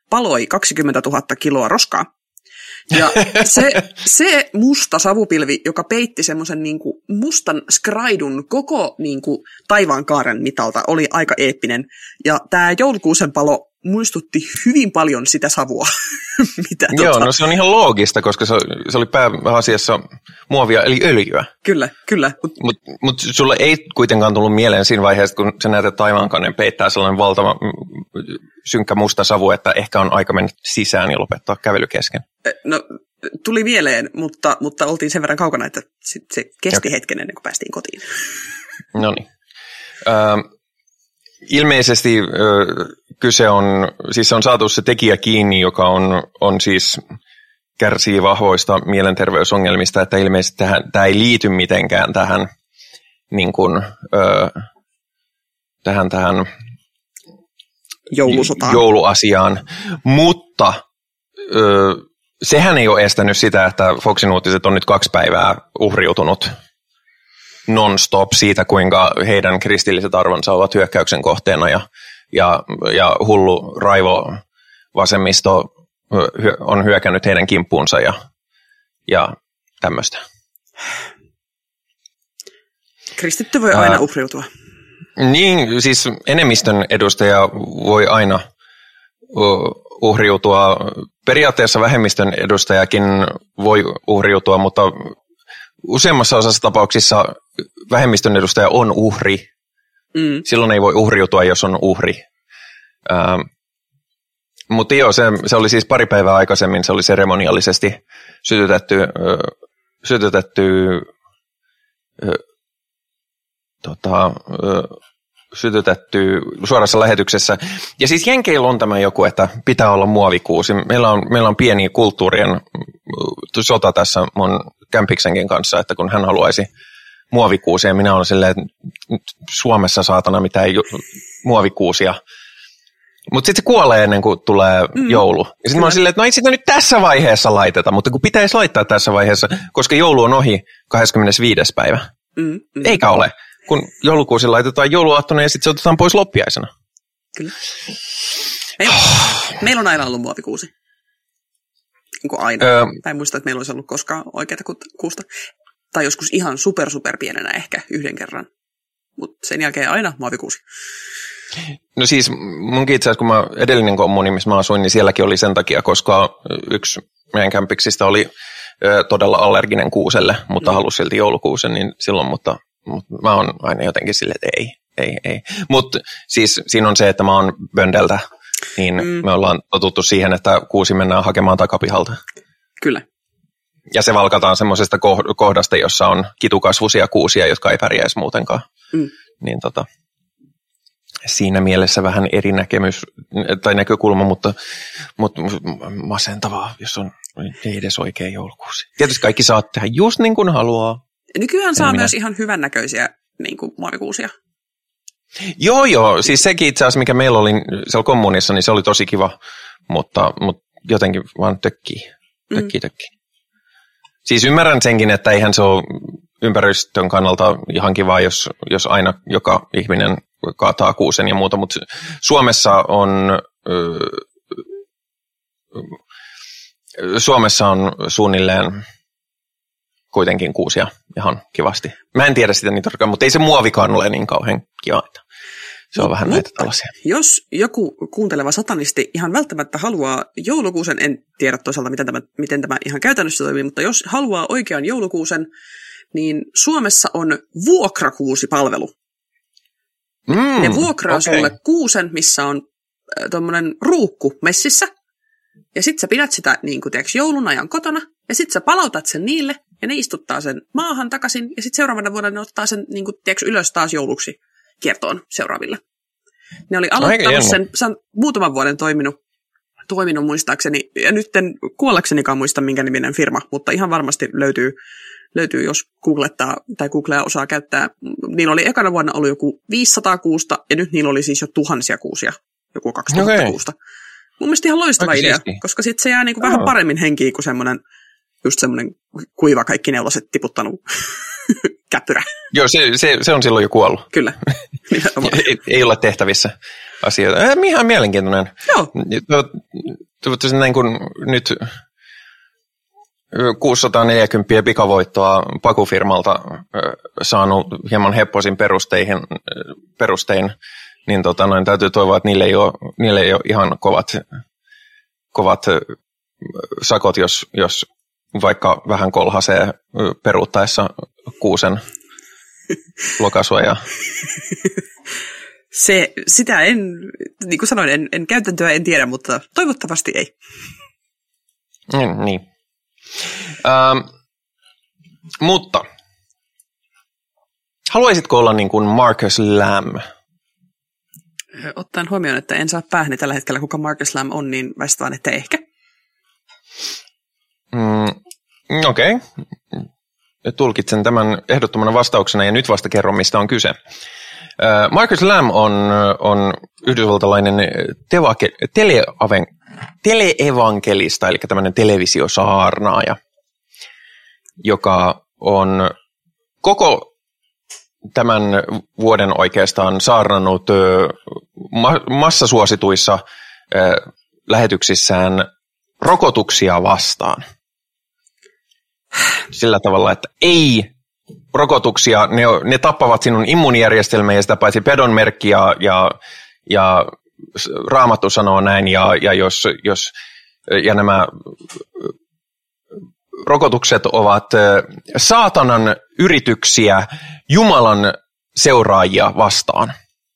paloi kaksikymmentätuhatta kiloa roskaa. Ja se, se musta savupilvi, joka peitti semmoisen niinku mustan skraidun koko niinku taivaankaaren mitalta, oli aika eeppinen. Ja tämä joulukuusen palo muistutti hyvin paljon sitä savua. Mitä Joo, tota... no se on ihan loogista, koska se, se oli pääasiassa muovia eli öljyä. Kyllä, kyllä. Mutta mut, mut sulle ei kuitenkaan tullut mieleen siinä vaiheessa, kun sä näet, että taivaankannen peittää sellainen valtava synkkä musta savu, että ehkä on aika mennä sisään ja lopettaa kävely kesken. No, tuli mieleen, mutta, mutta oltiin sen verran kaukana, että se, se kesti okay. hetken ennen kuin päästiin kotiin. No niin. Ö, ilmeisesti ö, kyse on, siis on saatu se tekijä kiinni, joka on, on siis kärsii vahvoista mielenterveysongelmista, että ilmeisesti tähän, tämä ei liity mitenkään tähän, niin kuin, ö, tähän, tähän Joulusotaan. jouluasiaan, mutta ö, sehän ei ole estänyt sitä, että Foxin uutiset on nyt kaksi päivää uhriutunut non-stop siitä, kuinka heidän kristilliset arvonsa ovat hyökkäyksen kohteena ja, ja, ja hullu raivo vasemmisto on hyökännyt heidän kimppuunsa ja, ja tämmöistä. Kristitty voi aina uhriutua. Niin, siis enemmistön edustaja voi aina uhriutua. Periaatteessa vähemmistön edustajakin voi uhriutua, mutta useimmassa osassa tapauksissa vähemmistön edustaja on uhri. Mm. Silloin ei voi uhriutua, jos on uhri. Ähm, mutta joo, se, se oli siis pari päivää aikaisemmin, se oli seremoniallisesti sytytetty, äh, sytytetty, äh, tota, äh, sytytetty suorassa lähetyksessä. Ja siis jenkeillä on tämä joku, että pitää olla muovikuusi. Meillä on, meillä on pieni kulttuurien sota tässä mun kämpiksenkin kanssa, että kun hän haluaisi muovikuusia, ja minä olen silleen, että Suomessa saatana mitään muovikuusia. Mutta sitten se kuolee ennen kuin tulee mm. joulu. Ja sitten mä oon silleen, että no ei sitä nyt tässä vaiheessa laiteta, mutta kun pitäisi laittaa tässä vaiheessa, koska joulu on ohi kahdeskymmenesviides päivä. Mm. Mm. Eikä ole. Kun joulukuusi laitetaan jouluaattona ja sitten se otetaan pois loppiaisena. Kyllä. Meillä, meillä on aina ollut muovikuusi. Niin kuin aina. Öö, Mä en muista, että meillä olisi ollut koskaan oikeata kuusta. Tai joskus ihan super super pienenä ehkä yhden kerran. Mutta sen jälkeen aina muovikuusi. No siis munkin itse asiassa, kun mä edellinen kommuni, missä mä asuin, niin sielläkin oli sen takia, koska yksi meidän kämpiksistä oli ö, todella allerginen kuuselle, mutta mm. halusi silti joulukuusen, niin silloin, mutta, mutta mä oon aina jotenkin silleen, että ei, ei, ei. Mutta siis siinä on se, että mä oon Böndeltä, niin mm. me ollaan totuttu siihen, että kuusi mennään hakemaan takapihalta. Kyllä. Ja se valkataan semmoisesta kohdasta, jossa on kitukasvuisia kuusia, jotka ei pärjäisi muutenkaan. Mm. Niin tota, siinä mielessä vähän eri näkemys tai näkökulma, mutta, mutta masentavaa, jos on ei edes oikea joulukuusi. Tietysti kaikki saa tehdä just niin kuin haluaa. Nykyään saa minä... myös ihan hyvännäköisiä niin kuin muovikuusia. Joo, joo. Siis sekin itse asiassa, mikä meillä oli siellä kommunissa, niin se oli tosi kiva, mutta, mutta jotenkin vaan tökkii, tökkii, mm. tökkii. Siis ymmärrän senkin, että eihän se ole ympäristön kannalta ihan kiva, jos, jos aina joka ihminen kaataa kuusen ja muuta, mutta Suomessa on, Suomessa on suunnilleen kuitenkin kuusia ihan kivasti. Mä en tiedä sitä niin tarkkaan, mutta ei se muovikaan ole niin kauhean kiva. Se on no, vähän näitä tällaisia. Jos joku kuunteleva satanisti ihan välttämättä haluaa joulukuusen, en tiedä toisaalta miten tämä, miten tämä ihan käytännössä toimii, mutta jos haluaa oikean joulukuusen, niin Suomessa on vuokrakuusipalvelu. Mm, ne vuokraa okay. sulle kuusen, missä on äh, tuommoinen ruukku messissä, ja sit sä pidät sitä niin kuin tiiäks, joulun ajan kotona, ja sit sä palautat sen niille, ja ne istuttaa sen maahan takaisin, ja sit seuraavana vuonna ne ottaa sen niin kuin, tiiäks, ylös taas jouluksi kiertoon seuraaville. Ne oli aloittanut sen, se on muutaman vuoden toiminut, toiminut muistaakseni, ja nyt en kuollaksenikaan muista minkä niminen firma, mutta ihan varmasti löytyy, löytyy jos googlettaa tai Googlea osaa käyttää. Niillä oli ekana vuonna ollut joku viisisataa kuusta, ja nyt niillä oli siis jo tuhansia kuusia, joku kaksituhatta okay. kuusta. Mun mielestä ihan loistava Aika idea, siisti. Koska sitten se jää niinku vähän paremmin henkiin kuin semmoinen, just semmoinen kuiva kaikki neuloset tiputtanut käpyrä. Joo, se, se, se on silloin jo kuollut. Kyllä. ei, ei ole tehtävissä. asioita. Eh, ihan mielenkiintoinen. Joo. Toivottavasti näin kun nyt kuusisataaneljäkymmentä pikavoittoa Paku-firmalta saanut hieman hepposin perusteihin, perustein, niin tota, noin, täytyy toivoa, että niille ei ole, niille ei ole ihan kovat, kovat sakot, jos, jos vaikka vähän kolhasee peruuttaessa kuusen lokasua. Ja... Se, sitä en, niin kuin sanoin, en, en käytäntöä en tiedä, mutta toivottavasti ei. Mm, niin. Ähm, mutta haluaisitko olla niin kuin Marcus Lamb? Ottaen huomioon, että en saa päähäni tällä hetkellä, kuka Marcus Lamb on, niin vastaan, että ehkä. Mm, Okei. Okay. Tulkitsen tämän ehdottomana vastauksena ja nyt vasta kerron, mistä on kyse. Äh, Marcus Lamb on, on yhdysvaltalainen tevake, teleaven, teleevankelista, eli tämmöinen televisiosaarnaaja, joka on koko tämän vuoden oikeastaan saarnannut massasuosituissa lähetyksissään rokotuksia vastaan. Sillä tavalla, että ei rokotuksia, ne, ne tappavat sinun immuunijärjestelmää ja sitä paitsi pedonmerkki ja, ja, ja Raamattu sanoo näin ja, ja, jos, jos, ja nämä rokotukset ovat saatanan yrityksiä Jumalan seuraajia vastaan.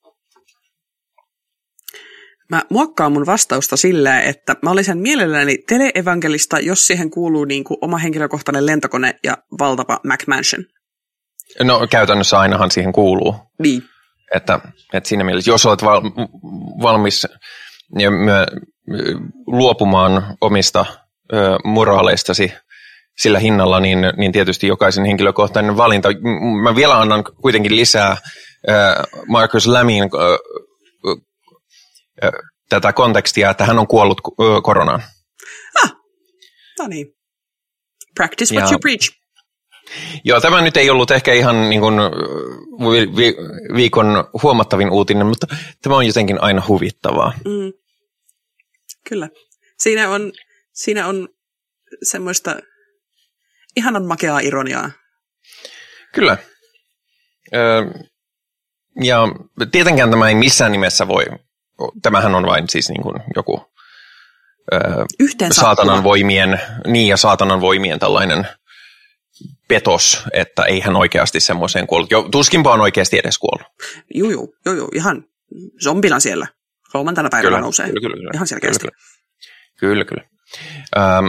Mä muokkaan mun vastausta sillä, että mä olisin mielelläni teleevankelista, jos siihen kuuluu niin kuin oma henkilökohtainen lentokone ja valtava McMansion. No käytännössä ainahan siihen kuuluu. Niin. Että, että siinä mielessä, jos olet val, valmis ja myö, luopumaan omista ö, moraaleistasi sillä hinnalla, niin, niin tietysti jokaisen henkilökohtainen valinta. Mä vielä annan kuitenkin lisää ö, Marcus Lambin ö, ö, tätä kontekstia, että hän on kuollut ö, koronaan. Ah, no niin. Practice what ja, you preach. Joo, tämä nyt ei ollut ehkä ihan niin kuin vi- vi- viikon huomattavin uutinen, mutta tämä on jotenkin aina huvittavaa. Mm. Kyllä. Siinä on, siinä on semmoista ihanan makeaa ironiaa. Kyllä. Ö, ja tietenkään tämä ei missään nimessä voi, tämähän on vain siis niin kuin joku ö, saatanan voimien, niin ja saatanan voimien tällainen petos, että ei hän oikeasti semmoiseen kuollut. Jo, tuskinpa on oikeasti edes kuollut. Joo, joo, joo, joo, ihan zombina siellä. Kolmantena päivänä kyllä, nousee. Kyllä, kyllä, kyllä. Ihan selkeästi. Kyllä, kyllä. kyllä. Ähm,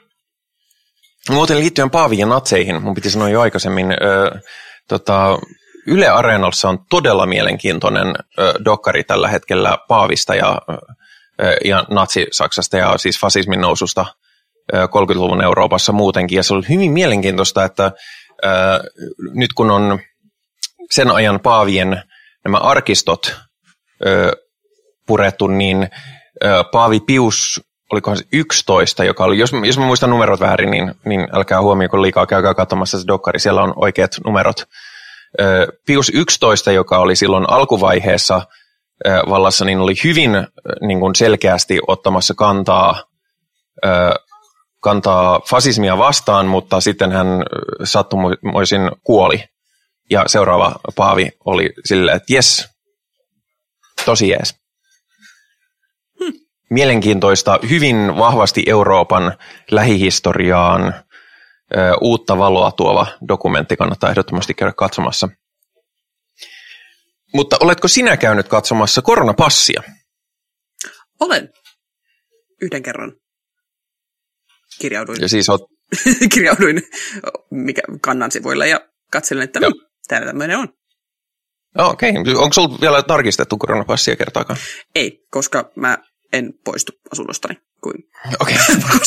muuten liittyen Paaviin ja natseihin, mun piti sanoa jo aikaisemmin, äh, tota, Yle Areenassa on todella mielenkiintoinen äh, dokkari tällä hetkellä Paavista ja, äh, ja natsi-Saksasta ja siis fasismin noususta kolmekymmentäluvun Euroopassa muutenkin, ja se oli hyvin mielenkiintoista, että ää, nyt kun on sen ajan paavien nämä arkistot ää, purettu, niin ää, Paavi Pius, olikohan se yksitoista, joka oli, jos, jos mä muistan numerot väärin, niin, niin älkää huomioiko liikaa, käykää katsomassa se dokkari, siellä on oikeat numerot. Ää, Pius yksitoista, joka oli silloin alkuvaiheessa ää, vallassa, niin oli hyvin ää, niin kuin selkeästi ottamassa kantaa ää, kantaa fasismia vastaan, mutta sitten hän sattumoisin kuoli. Ja seuraava paavi oli silleen, että jes, tosi jees. Hmm. Mielenkiintoista, hyvin vahvasti Euroopan lähihistoriaan ö, uutta valoa tuova dokumentti, kannattaa ehdottomasti käydä katsomassa. Mutta oletko sinä käynyt katsomassa koronapassia? Olen. Yhden kerran. Kirjauduin, ja siis oot... kirjauduin mikä, kannan sivuille ja katselin, että no, täällä tämmöinen on. Okei, okay. Onko sinulla vielä tarkistettu koronapassia kertaakaan? Ei, koska mä en poistu asunnostani kuin okay.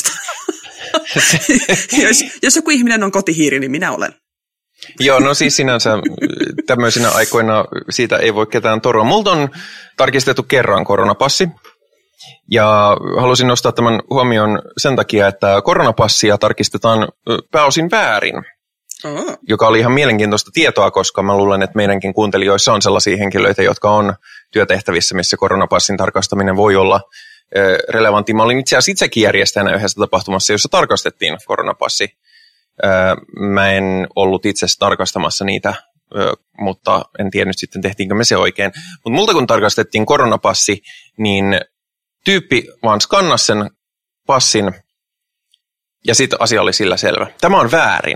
jos, jos joku ihminen on kotihiiri, niin minä olen. Joo, no siis sinänsä tämmöisinä aikoina siitä ei voi ketään torua. Multa on tarkistettu kerran koronapassi. Ja halusin nostaa tämän huomioon sen takia, että koronapassia tarkistetaan pääosin väärin, Oho. joka oli ihan mielenkiintoista tietoa, koska mä luulen, että meidänkin kuuntelijoissa on sellaisia henkilöitä, jotka on työtehtävissä, missä koronapassin tarkastaminen voi olla relevantti. Mä olin itse asiassa itsekin järjestäjänä yhdessä tapahtumassa, jossa tarkastettiin koronapassi. Mä en ollut itse asiassa tarkastamassa niitä, mutta en tiennyt sitten tehtiinkö me se oikein. Mutta multa kun tarkastettiin koronapassi, niin tyyppi vaan skannasi sen passin ja sitten asia oli sillä selvä. Tämä on väärin.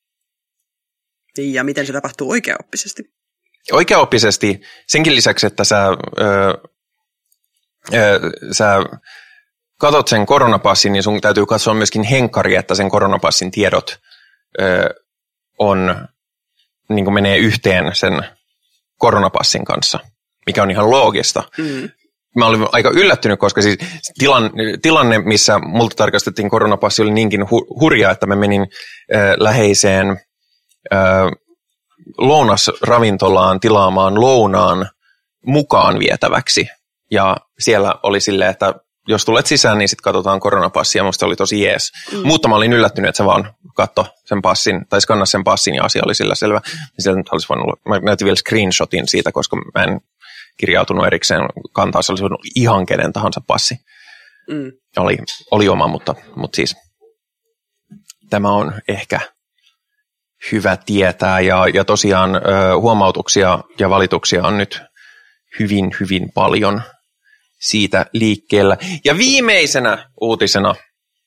Ja miten se tapahtuu oikeaoppisesti? Oikeaoppisesti senkin lisäksi, että sä, öö, öö, sä katot sen koronapassin, niin sun täytyy katsoa myöskin henkkari, että sen koronapassin tiedot öö, on, niin kuin menee yhteen sen koronapassin kanssa, mikä on ihan loogista. Mm. Mä olin aika yllättynyt, koska siis tilan, tilanne, missä multa tarkastettiin koronapassi, oli niinkin hu- hurjaa, että mä menin öö, läheiseen öö, lounasravintolaan tilaamaan lounaan mukaan vietäväksi. Ja siellä oli silleen, että jos tulet sisään, niin sitten katsotaan koronapassia. Musta oli tosi jees. Mm. Mutta mä olin yllättynyt, että se vaan katto sen passin, tai skannasi sen passin ja asia oli sillä selvä. Ja sieltä nyt olisi voinut, mä näytin vielä screenshotin siitä, koska mä en kirjautunut erikseen kantaa. Se olisi voinut ihan kenen tahansa passi. Mm. Oli, oli oma, mutta, mutta siis tämä on ehkä hyvä tietää, ja, ja tosiaan ö, huomautuksia ja valituksia on nyt hyvin, hyvin paljon siitä liikkeellä. Ja viimeisenä uutisena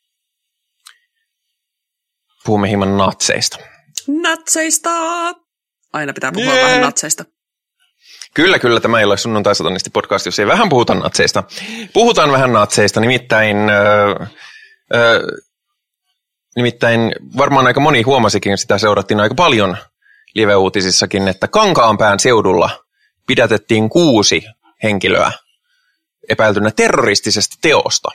puhumme hieman natseista. Natseista! Aina pitää puhua yeah. vähän natseista. Kyllä, kyllä. Tämä ei ole sunnuntai-satanisti podcast, jos ei vähän puhuta natseista. Puhutaan vähän natseista, nimittäin... Ö, ö, Nimittäin varmaan aika moni huomasikin, sitä seurattiin aika paljon live-uutisissakin, että Kankaanpään seudulla pidätettiin kuusi henkilöä epäiltynä terroristisesta teosta.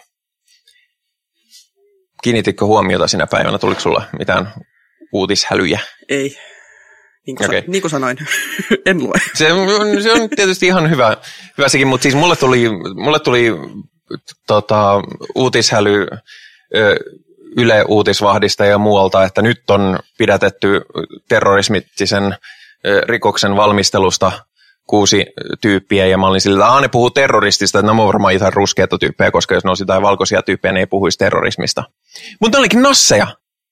Kiinnititkö huomiota sinä päivänä? Tuliko sulla mitään uutishälyjä? Ei. Niin kuin, okay. sa- niin kuin sanoin, en lue. Se on, se on tietysti ihan hyvä, hyvä sekin, mutta siis mulle tuli, mulle tuli tota, uutishäly... Ö, Yle Uutisvahdista ja muualta, että nyt on pidätetty terrorismisen rikoksen valmistelusta kuusi tyyppiä, ja mä olin sillä, että ne puhuu terroristista, että nämä on varmaan ihan ruskeita tyyppejä, koska jos ne olisi jotain valkoisia tyyppejä, ne ei puhuisi terrorismista. Mutta ne olikin nasseja.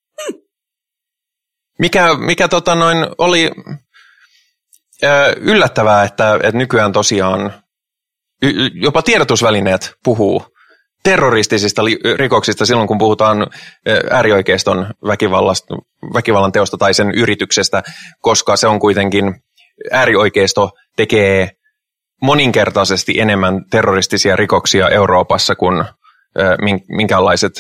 Mikä, mikä tota noin oli ö, yllättävää, että, että nykyään tosiaan y, jopa tiedotusvälineet puhuu terroristisista rikoksista silloin, kun puhutaan äärioikeiston väkivallan teosta tai sen yrityksestä, koska se on kuitenkin, äärioikeisto tekee moninkertaisesti enemmän terroristisia rikoksia Euroopassa kuin minkäänlaiset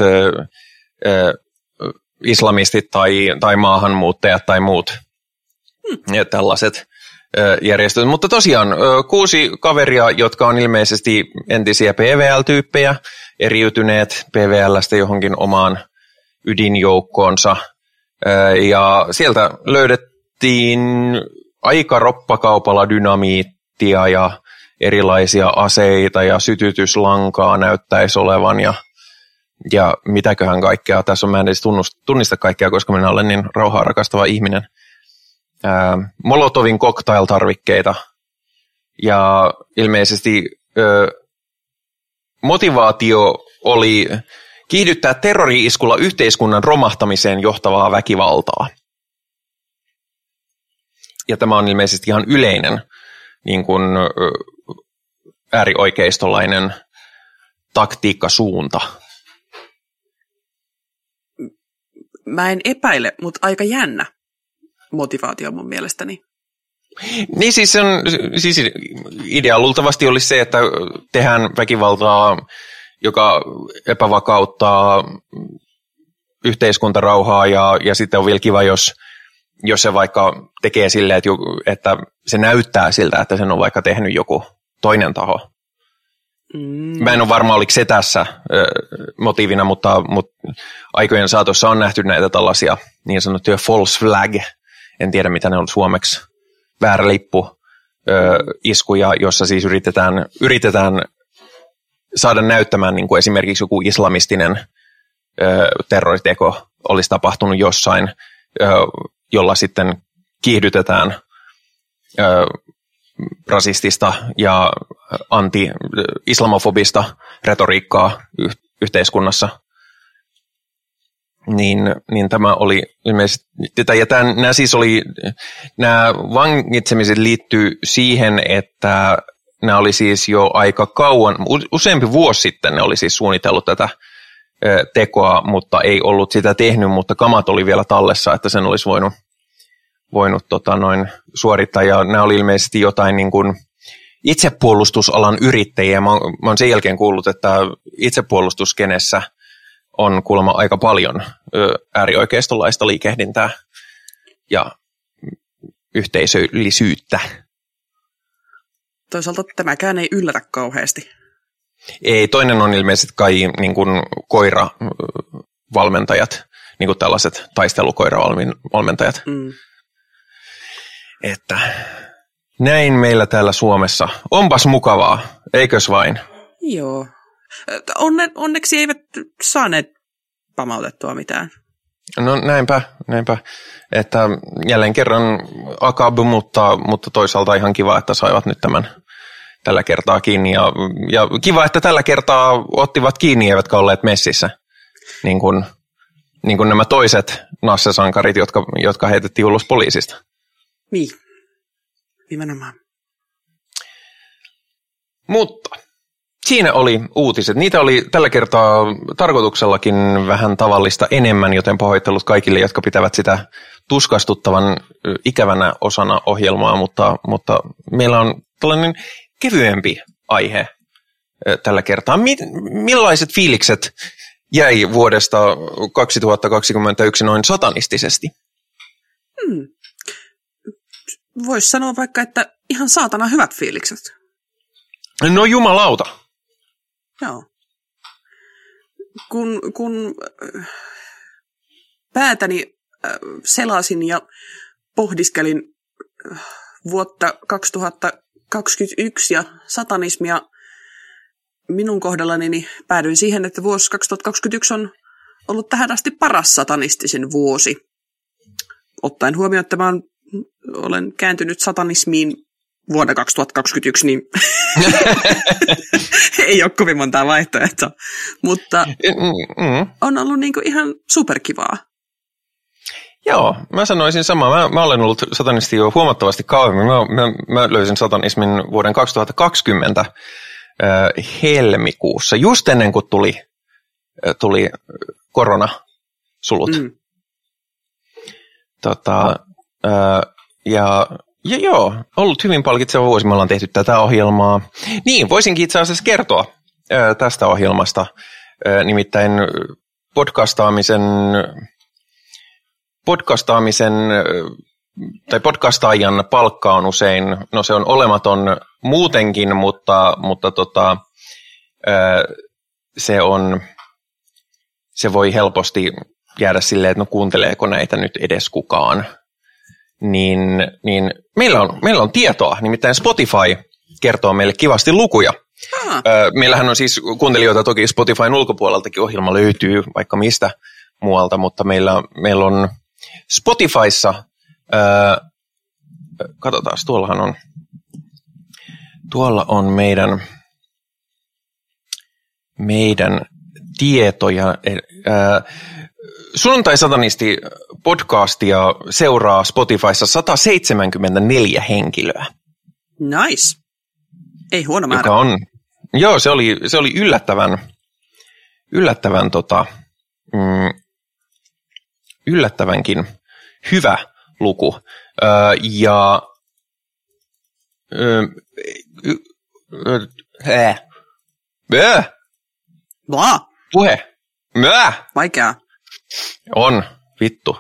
islamistit tai, tai maahanmuuttajat tai muut hmm. tällaiset järjestöt. Mutta tosiaan kuusi kaveria, jotka on ilmeisesti entisiä P V L-tyyppejä, eriytyneet P V L:stä johonkin omaan ydinjoukkoonsa. Ja sieltä löydettiin aika roppakaupalla dynamiittia ja erilaisia aseita ja sytytyslankaa näyttäisi olevan ja, ja mitäköhän kaikkea. Tässä on, mä en edes tunnista kaikkea, koska minä olen niin rauhaa rakastava ihminen. Ää, Molotovin cocktail-tarvikkeita ja ilmeisesti ö, motivaatio oli kiihdyttää terrori-iskulla yhteiskunnan romahtamiseen johtavaa väkivaltaa. Ja tämä on ilmeisesti ihan yleinen niin kuin, ö, äärioikeistolainen taktiikkasuunta. Mä en epäile, mutta aika jännä motivaatio mun mielestäni. Niin siis, on, siis idea luultavasti olisi se, että tehdään väkivaltaa, joka epävakauttaa yhteiskuntarauhaa ja, ja sitten on vielä kiva, jos, jos se vaikka tekee silleen, että, että se näyttää siltä, että sen on vaikka tehnyt joku toinen taho. Mm. Mä en ole varma, oliko se tässä ö, motiivina, mutta, mutta aikojen saatossa on nähty näitä tällaisia niin sanottuja false flag, en tiedä mitä ne on suomeksi, väärä lippu ö, iskuja, jossa siis yritetään, yritetään saada näyttämään niin kuin esimerkiksi joku islamistinen ö, terroriteko olisi tapahtunut jossain, ö, jolla sitten kiihdytetään ö, rasistista ja anti-islamofobista retoriikkaa y- yhteiskunnassa. Niin, niin tämä oli ilmeisesti, ja tämän, nämä siis oli, nämä vangitsemiset liittyy siihen, että nämä oli siis jo aika kauan, useampi vuosi sitten ne oli siis suunnitellut tätä tekoa, mutta ei ollut sitä tehnyt, mutta kamat oli vielä tallessa, että sen olisi voinut, voinut tota noin suorittaa, ja nämä oli ilmeisesti jotain niin kuin itsepuolustusalan yrittäjiä. Mä, mä oon sen jälkeen kuullut, että itsepuolustuskenessä on kuulemma aika paljon äärioikeistolaista liikehdintää ja yhteisöllisyyttä. Toisaalta tämäkään ei yllätä kauheasti. Ei, toinen on ilmeisesti kai niin kuin koiravalmentajat, niin kuin tällaiset taistelukoiravalmentajat. Mm. Että näin meillä täällä Suomessa. Onpas mukavaa, eikös vain? Joo. Onne, onneksi eivät saaneet pamautettua mitään. No näinpä, näinpä. Että jälleen kerran akab, mutta, mutta toisaalta ihan kiva, että saivat nyt tämän tällä kertaa kiinni. Ja, ja kiva, että tällä kertaa ottivat kiinni, eivätkä olleet messissä. Niin kuin, niin kuin nämä toiset nassesankarit, jotka, jotka heitettiin ulos poliisista. Niin, nimenomaan. Mutta siinä oli uutiset. Niitä oli tällä kertaa tarkoituksellakin vähän tavallista enemmän, joten pahoittelut kaikille, jotka pitävät sitä tuskastuttavan ikävänä osana ohjelmaa, mutta, mutta meillä on tällainen kevyempi aihe tällä kertaa. Millaiset fiilikset jäi vuodesta kaksituhattakaksikymmentäyksi noin satanistisesti? Hmm. Voisi sanoa vaikka, että ihan saatana hyvät fiilikset. No jumalauta. Joo. Kun, kun päätäni selasin ja pohdiskelin vuotta kaksituhattakaksikymmentäyksi ja satanismia minun kohdallani, niin päädyin siihen, että vuosi kaksituhattakaksikymmentäyksi on ollut tähän asti paras satanistisin vuosi. Ottaen huomioon, että mä olen kääntynyt satanismiin vuonna kaksituhattakaksikymmentäyksi, niin ei ole kovin montaa vaihtoehtoa. Mutta on ollut niin kuin ihan superkivaa. Joo, mä sanoisin samaa. Mä, mä olen ollut satanisti jo huomattavasti kauemmin. Mä, mä, mä löysin satanismin vuoden kaksituhattakaksikymmentä äh, helmikuussa, just ennen kuin tuli, äh, tuli koronasulut. Mm. Tota, äh, ja... Ja joo, ollut hyvin palkitseva vuosi. Me ollaan tehty tätä ohjelmaa. Niin, voisinkin itse asiassa kertoa ää, tästä ohjelmasta. Ää, nimittäin podcastaamisen, podcastaamisen tai podcastaajan palkka on usein, no se on olematon muutenkin, mutta, mutta tota, ää, se on, se voi helposti jäädä silleen, että no kuunteleeko näitä nyt edes kukaan. Niin, niin meillä, on, meillä on tietoa, nimittäin Spotify kertoo meille kivasti lukuja. Ah. Meillähän on siis kuuntelijoita toki Spotifyn ulkopuoleltakin, ohjelma löytyy vaikka mistä muualta, mutta meillä, meillä on Spotifyssa, ää, katsotaan, tuollahan on, tuolla on meidän, meidän tietoja, ää, Sunnuntai-satanisti podcastia seuraa Spotifyssa sata seitsemänkymmentäneljä henkilöä. Nice. Ei huono määrä. Joka on, joo, se oli, se oli yllättävän, yllättävän, tota, mm, yllättävänkin hyvä luku. Öö, ja öö, öö, öö, Bla. puhe. Möö. Vaikeaa. On, vittu.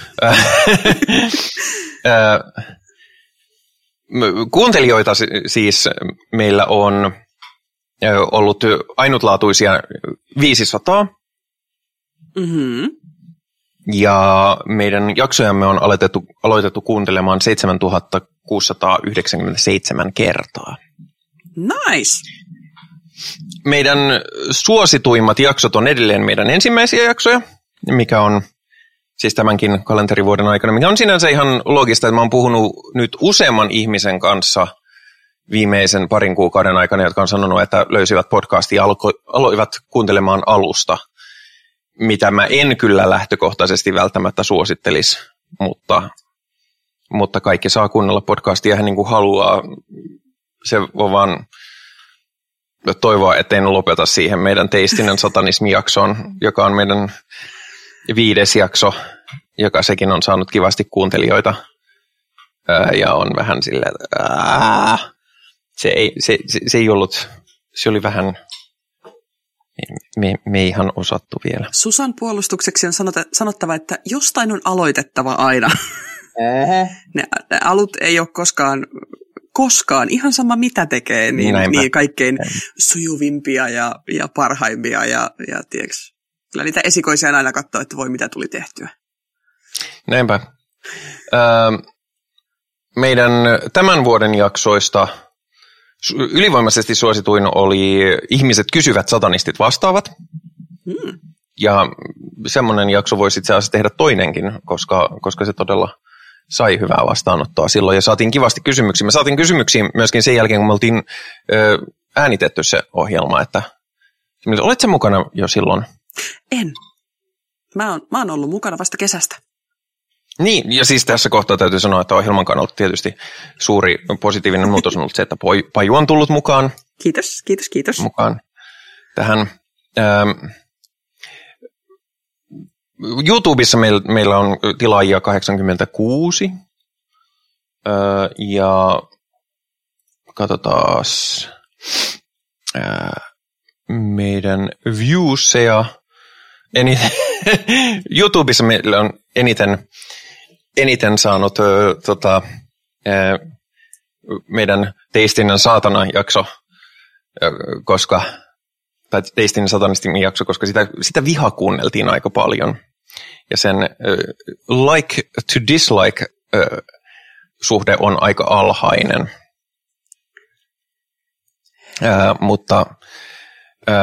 Kuuntelijoita siis meillä on ollut ainutlaatuisia viisisataa. Mm-hmm. Ja meidän jaksojamme on aloitettu, aloitettu kuuntelemaan seitsemäntuhatta kuusisataayhdeksänkymmentäseitsemän kertaa. Nice! Meidän suosituimmat jaksot on edelleen meidän ensimmäisiä jaksoja, mikä on siis tämänkin kalenterivuoden aikana, mikä on sinänsä ihan loogista, että mä oon puhunut nyt useamman ihmisen kanssa viimeisen parin kuukauden aikana, jotka on sanonut, että löysivät podcastia ja alko, aloivat kuuntelemaan alusta, mitä mä en kyllä lähtökohtaisesti välttämättä suosittelisi, mutta, mutta kaikki saa kuunnella podcastia ihan niin kuin haluaa. Se on vaan toivoa, ettei lopeta siihen meidän teistinen satanismi-jaksoon, joka on meidän viides jakso, joka sekin on saanut kivasti kuuntelijoita. Ja on vähän silleen, että se ei, se, se, se ei ollut, se oli vähän, me, me ei ihan osattu vielä. Susan puolustukseksi on sanota, sanottava, että jostain on aloitettava aina. ne, ne alut ei ole koskaan, koskaan, ihan sama mitä tekee, niin, niin kaikkein sujuvimpia ja, ja parhaimpia. Ja, ja tiiäks, kyllä niitä esikoisia aina katsoo, että voi mitä tuli tehtyä. Näinpä. Ähm. Meidän tämän vuoden jaksoista ylivoimaisesti suosituin oli Ihmiset kysyvät, satanistit vastaavat. Hmm. Ja semmoinen jakso voisi itse asiassa tehdä toinenkin, koska, koska se todella sai hyvää vastaanottoa silloin. Ja saatiin kivasti kysymyksiä. Me saatiin kysymyksiä myöskin sen jälkeen, kun me oltiin ö, äänitetty se ohjelma. Että, oletko mukana jo silloin? En. Mä oon, mä oon ollut mukana vasta kesästä. Niin, ja siis tässä kohtaa täytyy sanoa, että ohjelman kannalta tietysti suuri positiivinen muutos on ollut se, että Paju on tullut mukaan. Kiitos, kiitos, kiitos. Mukaan tähän. Ähm, YouTubessa meillä, meillä on tilaajia kahdeksankymmentäkuusi. Äh, ja katsotaas äh, meidän viewseja. Eniten, YouTubessa meillä on eniten, eniten saanut ö, tota, ö, meidän teistinen saatana jakso, ö, koska, tai teistinen satanistin jakso, koska sitä, sitä viha kuunneltiin aika paljon. Ja sen ö, like to dislike ö, suhde on aika alhainen. Ö, mutta ö,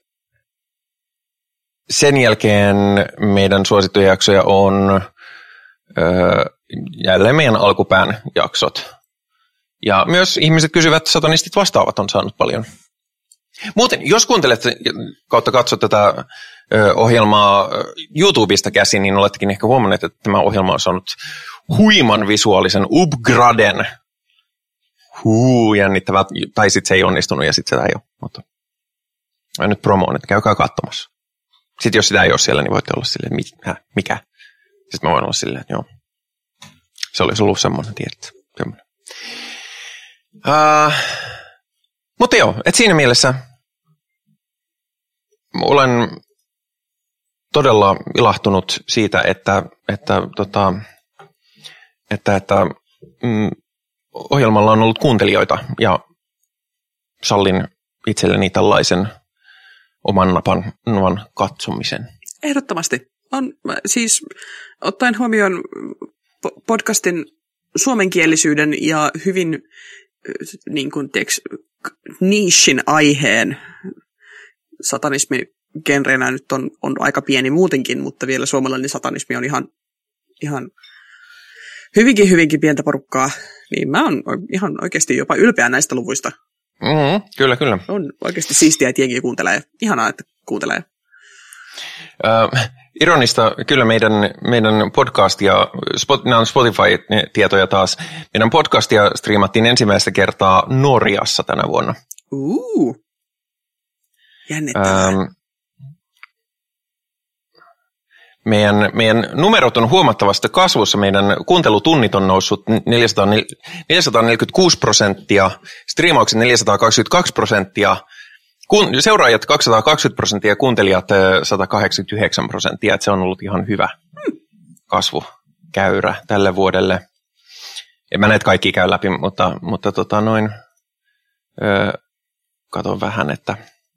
sen jälkeen meidän suosittuja jaksoja on ö, jälleen meidän alkupään jaksot. Ja myös Ihmiset kysyvät, satanistit vastaavat on saanut paljon. Muuten, jos kuuntelet kautta katsot tätä ö, ohjelmaa YouTubesta käsin, niin olettekin ehkä huomanneet, että tämä ohjelma on saanut huiman visuaalisen upgraden. Huu, jännittävää. Tai sitten se ei onnistunut ja sitten sitä ei ole. Mutta mä nyt promoon, että käykää katsomassa. Sitten jos sitä ei ole siellä, niin voitte olla silleen, mikä? mikä? Sitten mä voin olla silleen, että joo. Se olisi ollut semmoinen, tiedät. Semmoinen. Uh, mutta joo, että siinä mielessä olen todella ilahtunut siitä, että, että, tota, että, että mm, ohjelmalla on ollut kuuntelijoita ja sallin itselleni tällaisen oman napan nuon katsomisen. Ehdottomasti. On siis ottaen huomioon podcastin suomenkielisyyden ja hyvin niin kuin tiiäks, nichin aiheen. Satanismi genrenä nyt on, on aika pieni muutenkin, mutta vielä suomalainen satanismi on ihan, ihan hyvinkin, hyvinkin pientä porukkaa. Niin mä oon ihan oikeasti jopa ylpeä näistä luvuista. Mm-hmm, kyllä, kyllä. On oikeasti siistiä, että jengi kuuntelee. Ihanaa, että kuuntelee. Äh, ironista, kyllä meidän, meidän podcastia, spot, nämä on Spotify-tietoja taas, meidän podcastia striimattiin ensimmäistä kertaa Norjassa tänä vuonna. Uuu, jännittävää. Ähm, meidän, meidän numerot on huomattavasti kasvussa, meidän kuuntelutunnit on noussut neljäsataaneljäkymmentäkuusi prosenttia, striimaukset neljäsataakaksikymmentäkaksi prosenttia, Kun, seuraajat kaksisataakaksikymmentä prosenttia ja kuuntelijat sata kahdeksankymmentäyhdeksän prosenttia, että se on ollut ihan hyvä kasvukäyrä tälle vuodelle. En mä näitä kaikki käy läpi, mutta, mutta tota noin, öö, katon vähän, että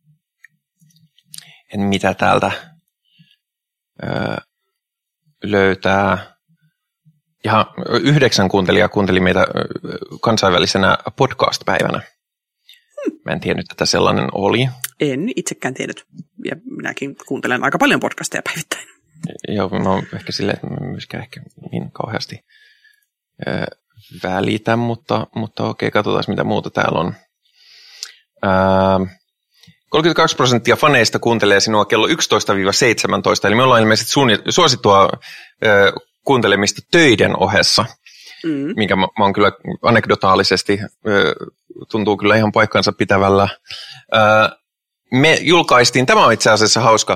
en mitä täältä öö, löytää. Ja yhdeksän kuuntelijaa kuunteli meitä kansainvälisenä podcast-päivänä. Mä en tiennyt, että sellainen oli. En itsekään tiennyt. Ja minäkin kuuntelen aika paljon podcasteja päivittäin. Joo, mä oon ehkä silleen, että mä myöskään ehkä niin kauheasti äh, välitä, mutta, mutta okei, katsotaan mitä muuta täällä on. Ää, kolmekymmentäkaksi prosenttia faneista kuuntelee sinua kello yksitoista seitsemäntoista, eli me ollaan ilmeisesti suosittua ää, kuuntelemista töiden ohessa, mm. minkä mä, mä oon kyllä anekdotaalisesti, ää, tuntuu kyllä ihan paikkansa pitävällä. Ää, me julkaistiin, tämä on itse asiassa hauska,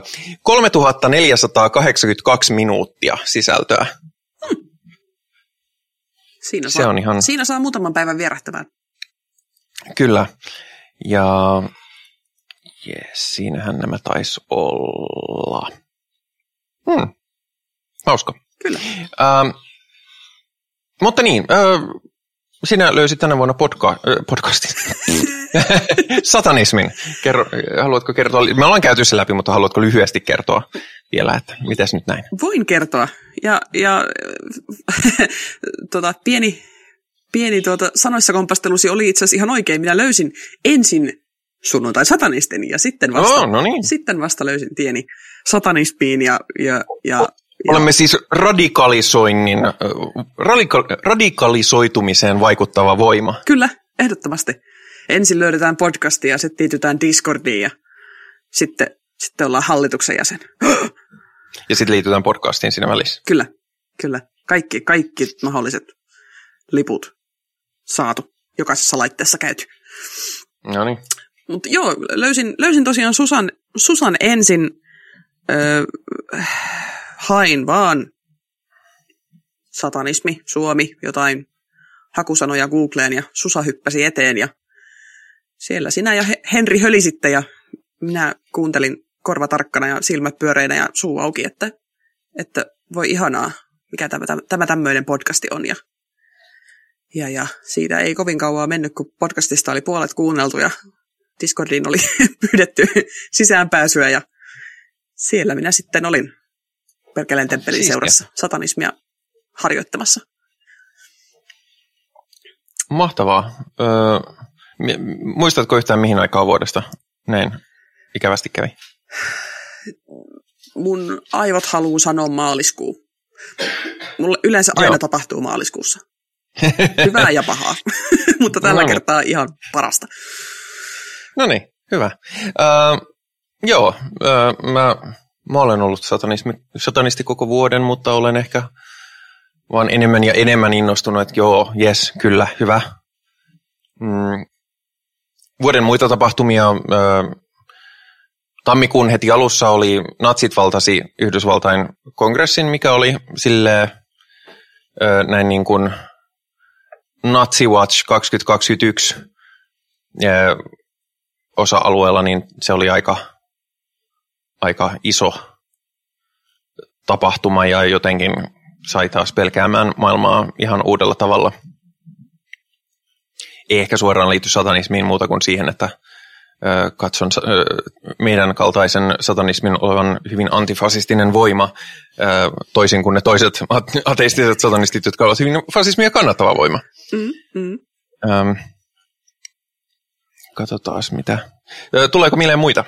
kolmetuhattaneljäsataakahdeksankymmentäkaksi minuuttia sisältöä. Hmm. Siinä, Se saa, on ihan... siinä saa muutaman päivän vierähtämään. Kyllä, ja yes, siinähän nämä taisi olla. Hmm. Hauska. Kyllä. Ähm, mutta niin, äh, sinä löysit tänä vuonna podca- äh, podcastin. Satanismin. Kerro, haluatko kertoa? Me ollaan käyty se läpi, mutta haluatko lyhyesti kertoa vielä, että mites nyt näin? Voin kertoa. Ja, ja tota, pieni, pieni tuota, sanoissa kompastelusi oli itse asiassa ihan oikein. Minä löysin ensin sunnuntai-satanistin ja sitten vasta, oh, no niin. sitten vasta löysin tieni satanismiin. Ja, ja, ja, Olemme ja... siis radikalisoinnin, radika- radikalisoitumiseen vaikuttava voima. Kyllä, ehdottomasti. Ensin löydetään podcastia ja sitten liitytään Discordiin ja sitten, sitten ollaan hallituksen jäsen. Ja sitten liitytään podcastiin siinä välissä. Kyllä, kyllä. Kaikki, kaikki mahdolliset liput saatu. Jokaisessa laitteessa käyty. No niin. Mutta joo, löysin, löysin tosiaan Susan, Susan ensin. Öö, hain vaan satanismi, Suomi, jotain hakusanoja Googleen ja Susa hyppäsi eteen ja siellä sinä ja Henri hölisitte ja minä kuuntelin korva tarkkana ja silmät pyöreinä ja suu auki, että, että voi ihanaa, mikä tämä, tämä tämmöinen podcasti on. Ja, ja, ja siitä ei kovin kauaa mennyt, kun podcastista oli puolet kuunneltu ja Discordiin oli pyydetty sisäänpääsyä ja siellä minä sitten olin Perkeleen temppelin seurassa satanismia harjoittamassa. Mahtavaa. Öö, muistatko yhtään mihin aikaan vuodesta näin ikävästi kävi? Mun aivot haluaa sanoa maaliskuu. Mulle yleensä aina Joo. tapahtuu maaliskuussa. Hyvää ja pahaa, mutta tällä no niin. kertaa ihan parasta. No niin, hyvä. Öö, joo, öö, mä, mä olen ollut satanismi, satanisti koko vuoden, mutta olen ehkä vaan enemmän ja enemmän innostunut, että joo, jes, kyllä, hyvä. Mm. Vuoden muita tapahtumia, öö, tammikuun heti alussa oli, natsit valtasi Yhdysvaltain kongressin, mikä oli silleen öö, näin niin kuin Nazi Watch kaksituhattakaksikymmentäyksi ja osa-alueella, niin se oli aika, aika iso tapahtuma ja jotenkin sai taas pelkäämään maailmaa ihan uudella tavalla. Ei ehkä suoraan liity satanismiin muuta kuin siihen, että ö, katson ö, meidän kaltaisen satanismin olevan hyvin antifasistinen voima, ö, toisin kuin ne toiset ateistiset satanistit, jotka ovat hyvin fasismia kannattava voima. Mm-hmm. Öm, katsotaan mitä. Ö, tuleeko mieleen muita?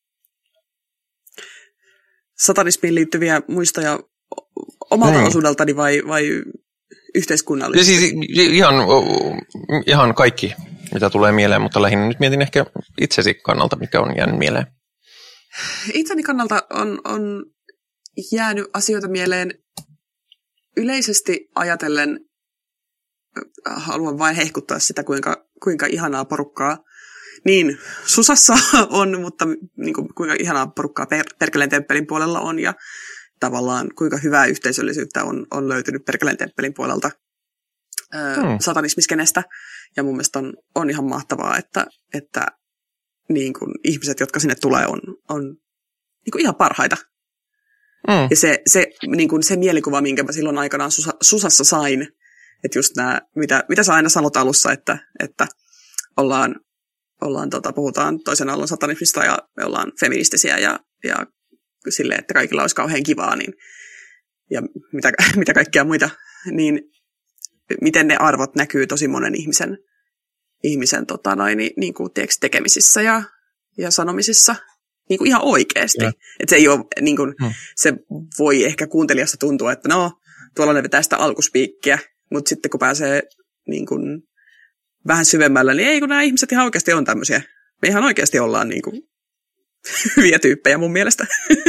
Satanismiin liittyviä muistoja omalta hmm. osuudeltani vai, vai yhteiskunnallisesti? Siis ihan, ihan kaikki, mitä tulee mieleen, mutta lähinnä nyt mietin ehkä itsesi kannalta, mikä on jäänyt mieleen. Itseni kannalta on, on jäänyt asioita mieleen yleisesti ajatellen, haluan vain hehkuttaa sitä, kuinka, kuinka ihanaa porukkaa niin Susassa on, mutta niin kuin, kuinka ihanaa porukkaa per, Perkeleen temppelin puolella on ja tavallaan kuinka hyvää yhteisöllisyyttä on, on löytynyt Perkeleen temppelin puolelta ö, hmm. satanismiskenestä. Ja mun mielestä on, on ihan mahtavaa, että, että niin kuin ihmiset, jotka sinne tulee, on, on niin kuin ihan parhaita. Hmm. Ja se, se, niin kuin se mielikuva, minkä mä silloin aikanaan Susa, Susassa sain, että just nämä, mitä, mitä sä aina sanot alussa, että, että ollaan, ollaan tota, puhutaan toisen aallon satanismista ja me ollaan feministisiä ja, ja silleen, että kaikilla olisi kauhean kivaa, niin, ja mitä, mitä kaikkea muita, niin miten ne arvot näkyy tosi monen ihmisen, ihmisen tota noin, niin kuin, tiedätkö, tekemisissä ja, ja sanomisissa niin kuin ihan oikeasti. Että se ei ole, niin kuin, hmm. se voi ehkä kuuntelijasta tuntua, että no, tuolla ne vetää sitä alkuspiikkiä, mutta sitten kun pääsee niin kuin vähän syvemmällä, niin ei kun nämä ihmiset ihan oikeasti on tämmöisiä. Me ihan oikeasti ollaan niin kuin hyviä tyyppejä mun mielestä.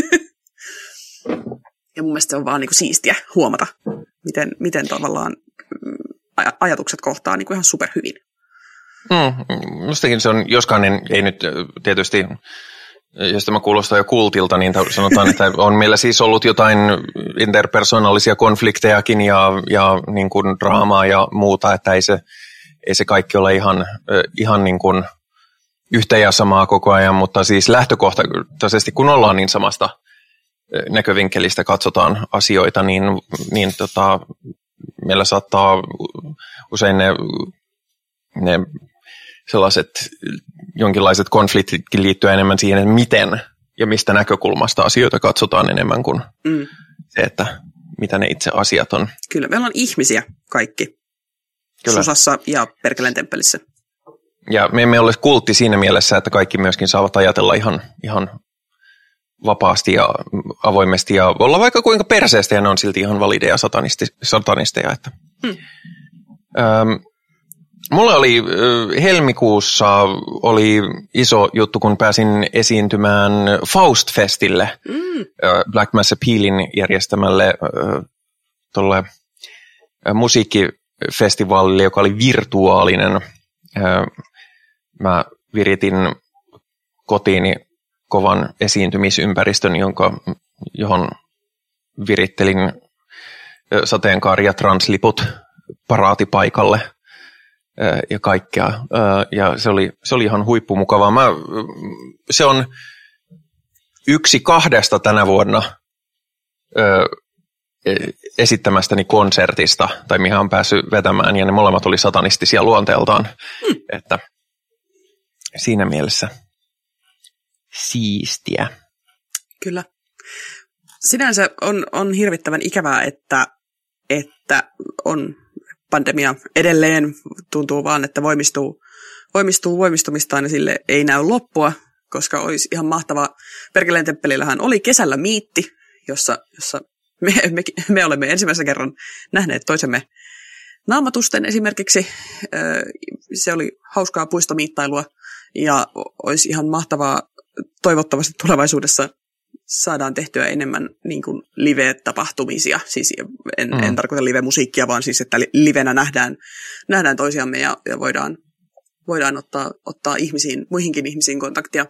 Ja mun mielestä se on vaan niin kuin siistiä huomata, miten, miten tavallaan aj- ajatukset kohtaa niin kuin ihan superhyvin. Mm, mustakin se on, joskaan en, ei nyt tietysti, jos tämä kuulostaa jo kultilta, niin sanotaan, että on meillä siis ollut jotain interpersonaalisia konfliktejakin ja, ja niin kuin draamaa ja muuta, että ei se, ei se kaikki ole ihan, ihan niin kuin yhtä ja samaa koko ajan, mutta siis lähtökohtaisesti, kun ollaan niin samasta näkövinkkelistä katsotaan asioita, niin, niin tota, meillä saattaa usein ne, ne sellaiset jonkinlaiset konfliktitkin liittyä enemmän siihen, että miten ja mistä näkökulmasta asioita katsotaan enemmän kuin mm. se, että mitä ne itse asiat on. Kyllä, meillä on ihmisiä kaikki. Kyllä. Susassa ja Perkeleen temppelissä. Ja me emme ole kultti siinä mielessä, että kaikki myöskin saavat ajatella ihan, ihan vapaasti ja avoimesti ja olla vaikka kuinka perseestä ja ne on silti ihan valideja satanisti, satanisteja. Että. Hmm. Ähm, mulla oli äh, helmikuussa oli iso juttu, kun pääsin esiintymään Faust-festille, hmm. äh, Black Mass Appealin järjestämälle äh, tolle, äh, musiikkifestivaalille, joka oli virtuaalinen. Äh, mä viritin kotiini kovan esiintymisympäristön, jonka, johon virittelin sateenkaari- ja transliput paraatipaikalle ja kaikkea. Ja se oli, se oli ihan huippumukavaa. Mä, se on yksi kahdesta tänä vuonna esittämästäni konsertista, tai mihin on päässyt vetämään, ja ne molemmat oli satanistisia luonteeltaan. Hmm. Että siinä mielessä siistiä. Kyllä. Sinänsä on, on hirvittävän ikävää, että, että on pandemia edelleen. Tuntuu vaan, että voimistuu, voimistuu voimistumistaan ja sille ei näy loppua, koska olisi ihan mahtavaa. Perkeleen temppelillähän oli kesällä miitti, jossa, jossa me, me, me olemme ensimmäisen kerran nähneet toisemme naamatusten esimerkiksi. Se oli hauskaa puistomiittailua ja olisi ihan mahtavaa. Toivottavasti tulevaisuudessa saadaan tehtyä enemmän niin kuin live-tapahtumisia. Siis en, mm. en tarkoita live-musiikkia, vaan siis, että livenä nähdään, nähdään toisiamme ja, ja voidaan, voidaan ottaa, ottaa ihmisiin, muihinkin ihmisiin kontaktia.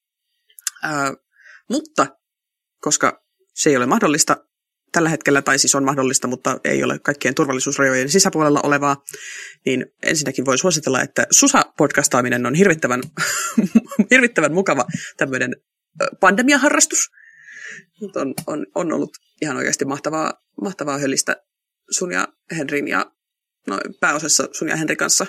Ää, mutta koska se ei ole mahdollista tällä hetkellä, tai siis on mahdollista, mutta ei ole kaikkien turvallisuusrajojen sisäpuolella olevaa, niin ensinnäkin voi suositella, että Susa-podcastaaminen on hirvittävän, hirvittävän mukava tämmöinen pandemiaharrastus. On, on, on ollut ihan oikeasti mahtavaa, mahtavaa höllistä sun ja Henrin ja no, pääosassa sun ja Henrin kanssa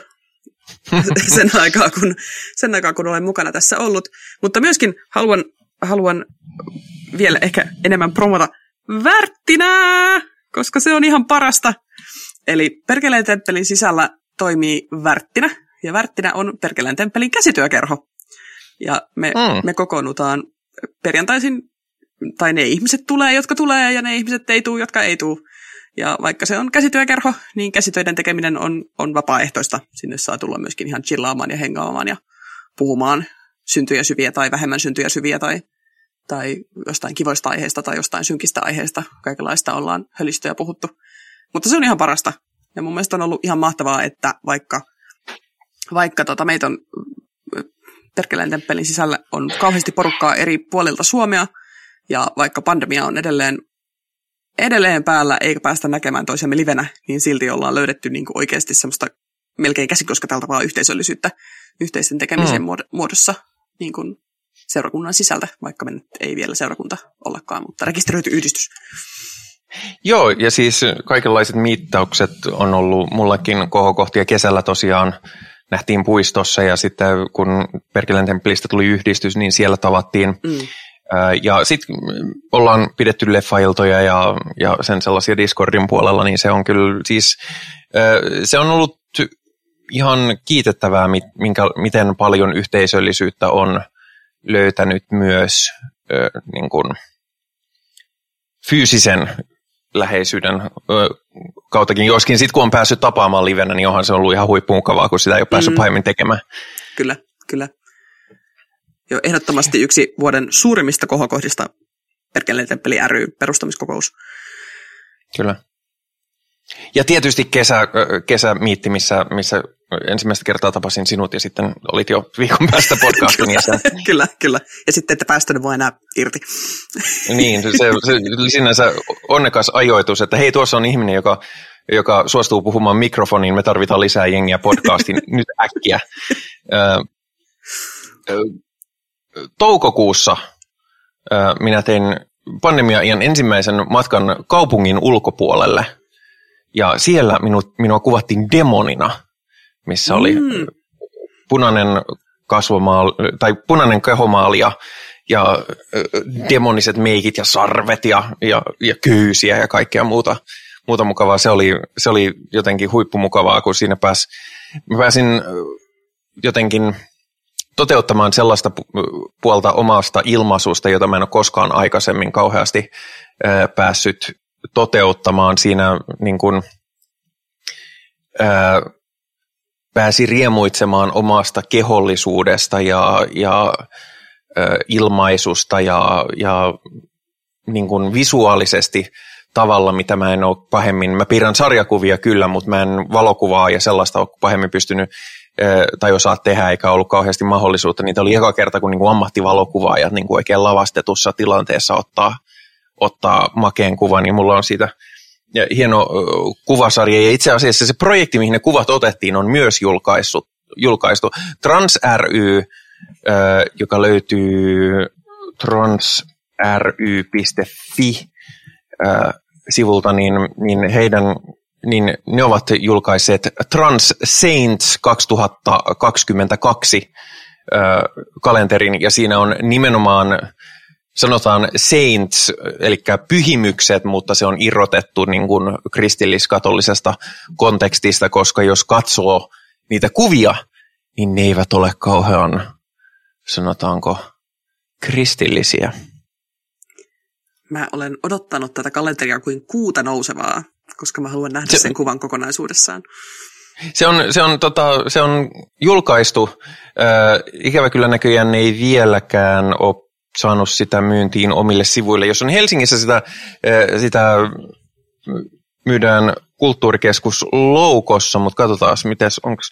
sen aikaa, kun, sen aikaa, kun olen mukana tässä ollut. Mutta myöskin haluan, haluan vielä ehkä enemmän promota Värttinää, koska se on ihan parasta. Eli Perkeleen temppelin sisällä toimii Värttinä, ja Värttinä on Perkeleen temppelin käsityökerho. Ja me, mm. me kokoonnutaan perjantaisin, tai ne ihmiset tulee, jotka tulee, ja ne ihmiset ei tule, jotka ei tule. Ja vaikka se on käsityökerho, niin käsitöiden tekeminen on, on vapaaehtoista. Sinne saa tulla myöskin ihan chillaamaan ja hengaamaan ja puhumaan syntyjä syviä tai vähemmän syntyjä syviä tai tai jostain kivoista aiheista tai jostain synkistä aiheista. Kaikenlaista ollaan hölisty ja puhuttu. Mutta se on ihan parasta. Ja mun mielestä on ollut ihan mahtavaa, että vaikka, vaikka tota meitä on Perkeleen temppelin sisällä on kauheasti porukkaa eri puolilta Suomea, ja vaikka pandemia on edelleen, edelleen päällä eikä päästä näkemään toisiamme livenä, niin silti ollaan löydetty niin kuin oikeasti semmoista melkein käsikosketeltavaa yhteisöllisyyttä yhteisten tekemisen mm. muodossa niin kuin seurakunnan sisältä, vaikka me nyt ei vielä seurakunta ollakaan, mutta rekisteröity yhdistys. Joo, ja siis kaikenlaiset miittaukset on ollut mullakin kohokohtia. Kesällä tosiaan nähtiin puistossa, ja sitten kun Perkeleen temppelistä tuli yhdistys, niin siellä tavattiin. Mm. Ja sitten ollaan pidetty leffailtoja ja, ja sen sellaisia Discordin puolella, niin se on kyllä siis, se on ollut ihan kiitettävää, minkä, miten paljon yhteisöllisyyttä on löytänyt myös ö, niin kuin fyysisen läheisyyden ö, kauttakin. Joskin sitten kun on päässyt tapaamaan livenä, niin onhan se ollut ihan huippumukavaa, kun sitä ei ole päässyt mm. pahemmin tekemään. Kyllä, kyllä. Jo ehdottomasti yksi vuoden suurimmista kohokohdista Perkeleen temppeli ry perustamiskokous. Kyllä. Ja tietysti kesä, kesämiitti, missä, missä ensimmäistä kertaa tapasin sinut ja sitten olit jo viikon päästä podcastin. kyllä, kyllä, kyllä. Ja sitten ette päästänyt vaan enää irti. Niin, se, se oli sinänsä onnekas ajoitus, että hei, tuossa on ihminen, joka, joka suostuu puhumaan mikrofoniin, me tarvitaan lisää jengiä podcastin nyt äkkiä. Toukokuussa minä tein pandemia-iän ensimmäisen matkan kaupungin ulkopuolelle. Ja siellä minu, minua kuvattiin demonina, missä oli mm. punainen kasvomaali, tai punainen kehomaali ja, ja demoniset meikit ja sarvet ja, ja, ja köysiä ja kaikkea muuta, muuta mukavaa. Se oli, se oli jotenkin huippumukavaa, kun siinä pääs, mä pääsin jotenkin toteuttamaan sellaista puolta omasta ilmaisusta, jota mä en ole koskaan aikaisemmin kauheasti ää, päässyt toteuttamaan. Siinä niin kuin, ää, pääsi riemuitsemaan omasta kehollisuudesta ja, ja ää, ilmaisusta ja, ja niin kuin visuaalisesti tavalla, mitä mä en ole pahemmin. Mä piirrän sarjakuvia kyllä, mutta mä en valokuvaa ja sellaista ole pahemmin pystynyt tai osaa tehdä, eikä ollut kauheasti mahdollisuutta. Niitä oli eka kerta, kun niin kuin ammattivalokuvaajat niin kuin oikein lavastetussa tilanteessa ottaa, ottaa makeen kuvan, niin mulla on siitä hieno kuvasarja. Ja itse asiassa se projekti, mihin ne kuvat otettiin, on myös julkaistu. julkaistu. Trans ry, joka löytyy trans ry piste fi sivulta, niin, niin heidän niin ne ovat julkaisseet Trans Saints kaksituhattakaksikymmentäkaksi äh, kalenterin, ja siinä on nimenomaan, sanotaan saints, eli pyhimykset, mutta se on irrotettu niin kuin kristillis-katolisesta kontekstista, koska jos katsoo niitä kuvia, niin ne eivät ole kauhean, sanotaanko, kristillisiä. Mä olen odottanut tätä kalenteria kuin kuuta nousevaa, koska mä haluan nähdä se, sen kuvan kokonaisuudessaan. Se on, se on, tota, se on julkaistu. Äh, ikävä kyllä näköjään ei vieläkään ole saanut sitä myyntiin omille sivuille. Jos on Helsingissä sitä, äh, sitä myydään kulttuurikeskus Loukossa, mutta katsotaan, mites, onko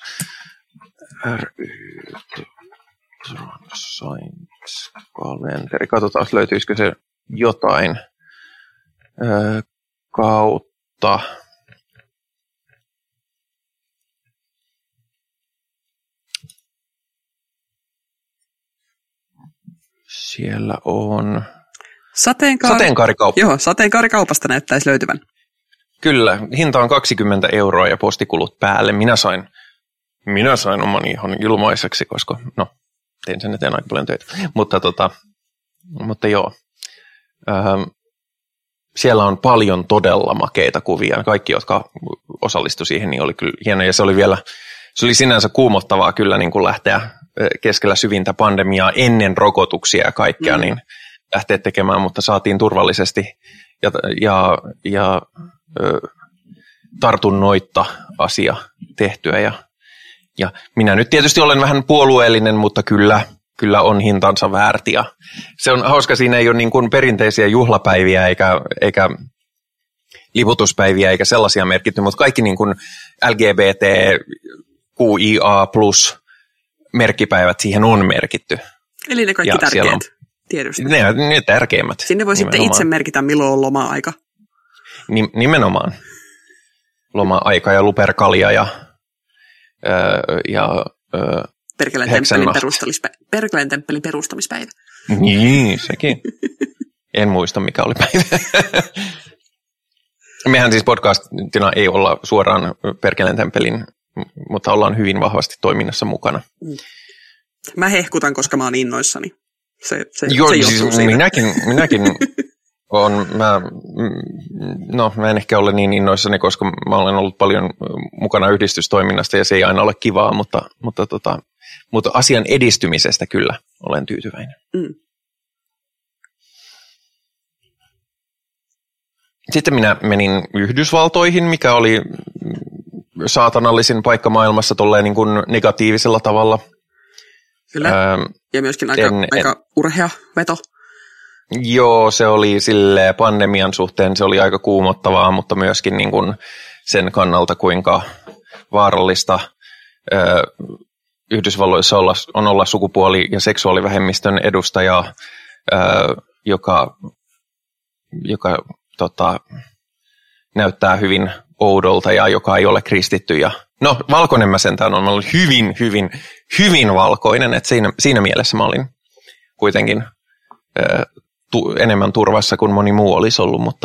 kalenteri, katsotaan, löytyisikö se jotain äh, kautta. Siellä on Sateenkaari... sateenkaarikauppa. Joo, sateenkaarikaupasta näyttäisi löytyvän. Kyllä, hinta on kaksikymmentä euroa ja postikulut päälle. Minä sain, minä sain oman ihan ilmaiseksi, koska no, tein sen eteen aika paljon töitä. Mutta, tota, mutta joo. Ähm, Siellä on paljon todella makeita kuvia. Kaikki, jotka osallistuivat siihen, niin oli kyllä hienoja. Ja se oli vielä, se oli sinänsä kuumottavaa kyllä niin kuin lähteä keskellä syvintä pandemiaa ennen rokotuksia ja kaikkea, mm. niin lähteä tekemään, mutta saatiin turvallisesti ja, ja, ja ö, tartunnoitta asia tehtyä. Ja, ja minä nyt tietysti olen vähän puolueellinen, mutta kyllä, kyllä on hintansa väärti. Ja se on hauska, siinä ei ole niin kuin perinteisiä juhlapäiviä eikä, eikä liputuspäiviä eikä sellaisia merkitty, mutta kaikki niin kuin L G B T Q I A plus merkkipäivät siihen on merkitty. Eli ne kaikki ja tärkeät, on, tietysti. Ne, ne tärkeimmät. Sinne voi nimenomaan. Sitten itse merkitä, milloin on loma-aika. Nimenomaan. Loma-aika ja luperkalia ja, ja Perkeleen temppelin, perustamispäivä. Perkeleen temppelin perustamispäivä. Niin, sekin. En muista, mikä oli päivä. Mehän siis podcastina ei olla suoraan Perkeleen temppelin, mutta ollaan hyvin vahvasti toiminnassa mukana. Mä hehkutan, koska mä oon innoissani. Se, se, Joo, se siis minäkin, minäkin on, mä, no mä en ehkä ole niin innoissani, koska mä olen ollut paljon mukana yhdistystoiminnasta ja se ei aina ole kivaa, mutta, mutta, tota, mutta asian edistymisestä kyllä olen tyytyväinen. Mm. Sitten minä menin Yhdysvaltoihin, mikä oli saatanallisin paikka maailmassa tolleen niin kuin negatiivisella tavalla. Kyllä, ähm, ja myöskin aika, en, aika en, urhea veto. Joo, se oli sille pandemian suhteen, se oli aika kuumottavaa, mutta myöskin niin kuin sen kannalta, kuinka vaarallista äh, Yhdysvalloissa olla, on olla sukupuoli- ja seksuaalivähemmistön edustaja, äh, joka, joka tota, näyttää hyvin oudolta ja joka ei ole kristitty. Ja, no, valkoinen mä sentään on ollut hyvin, hyvin, hyvin valkoinen, että siinä, siinä mielessä mä olin kuitenkin äh, tu, enemmän turvassa kuin moni muu olisi ollut, mutta,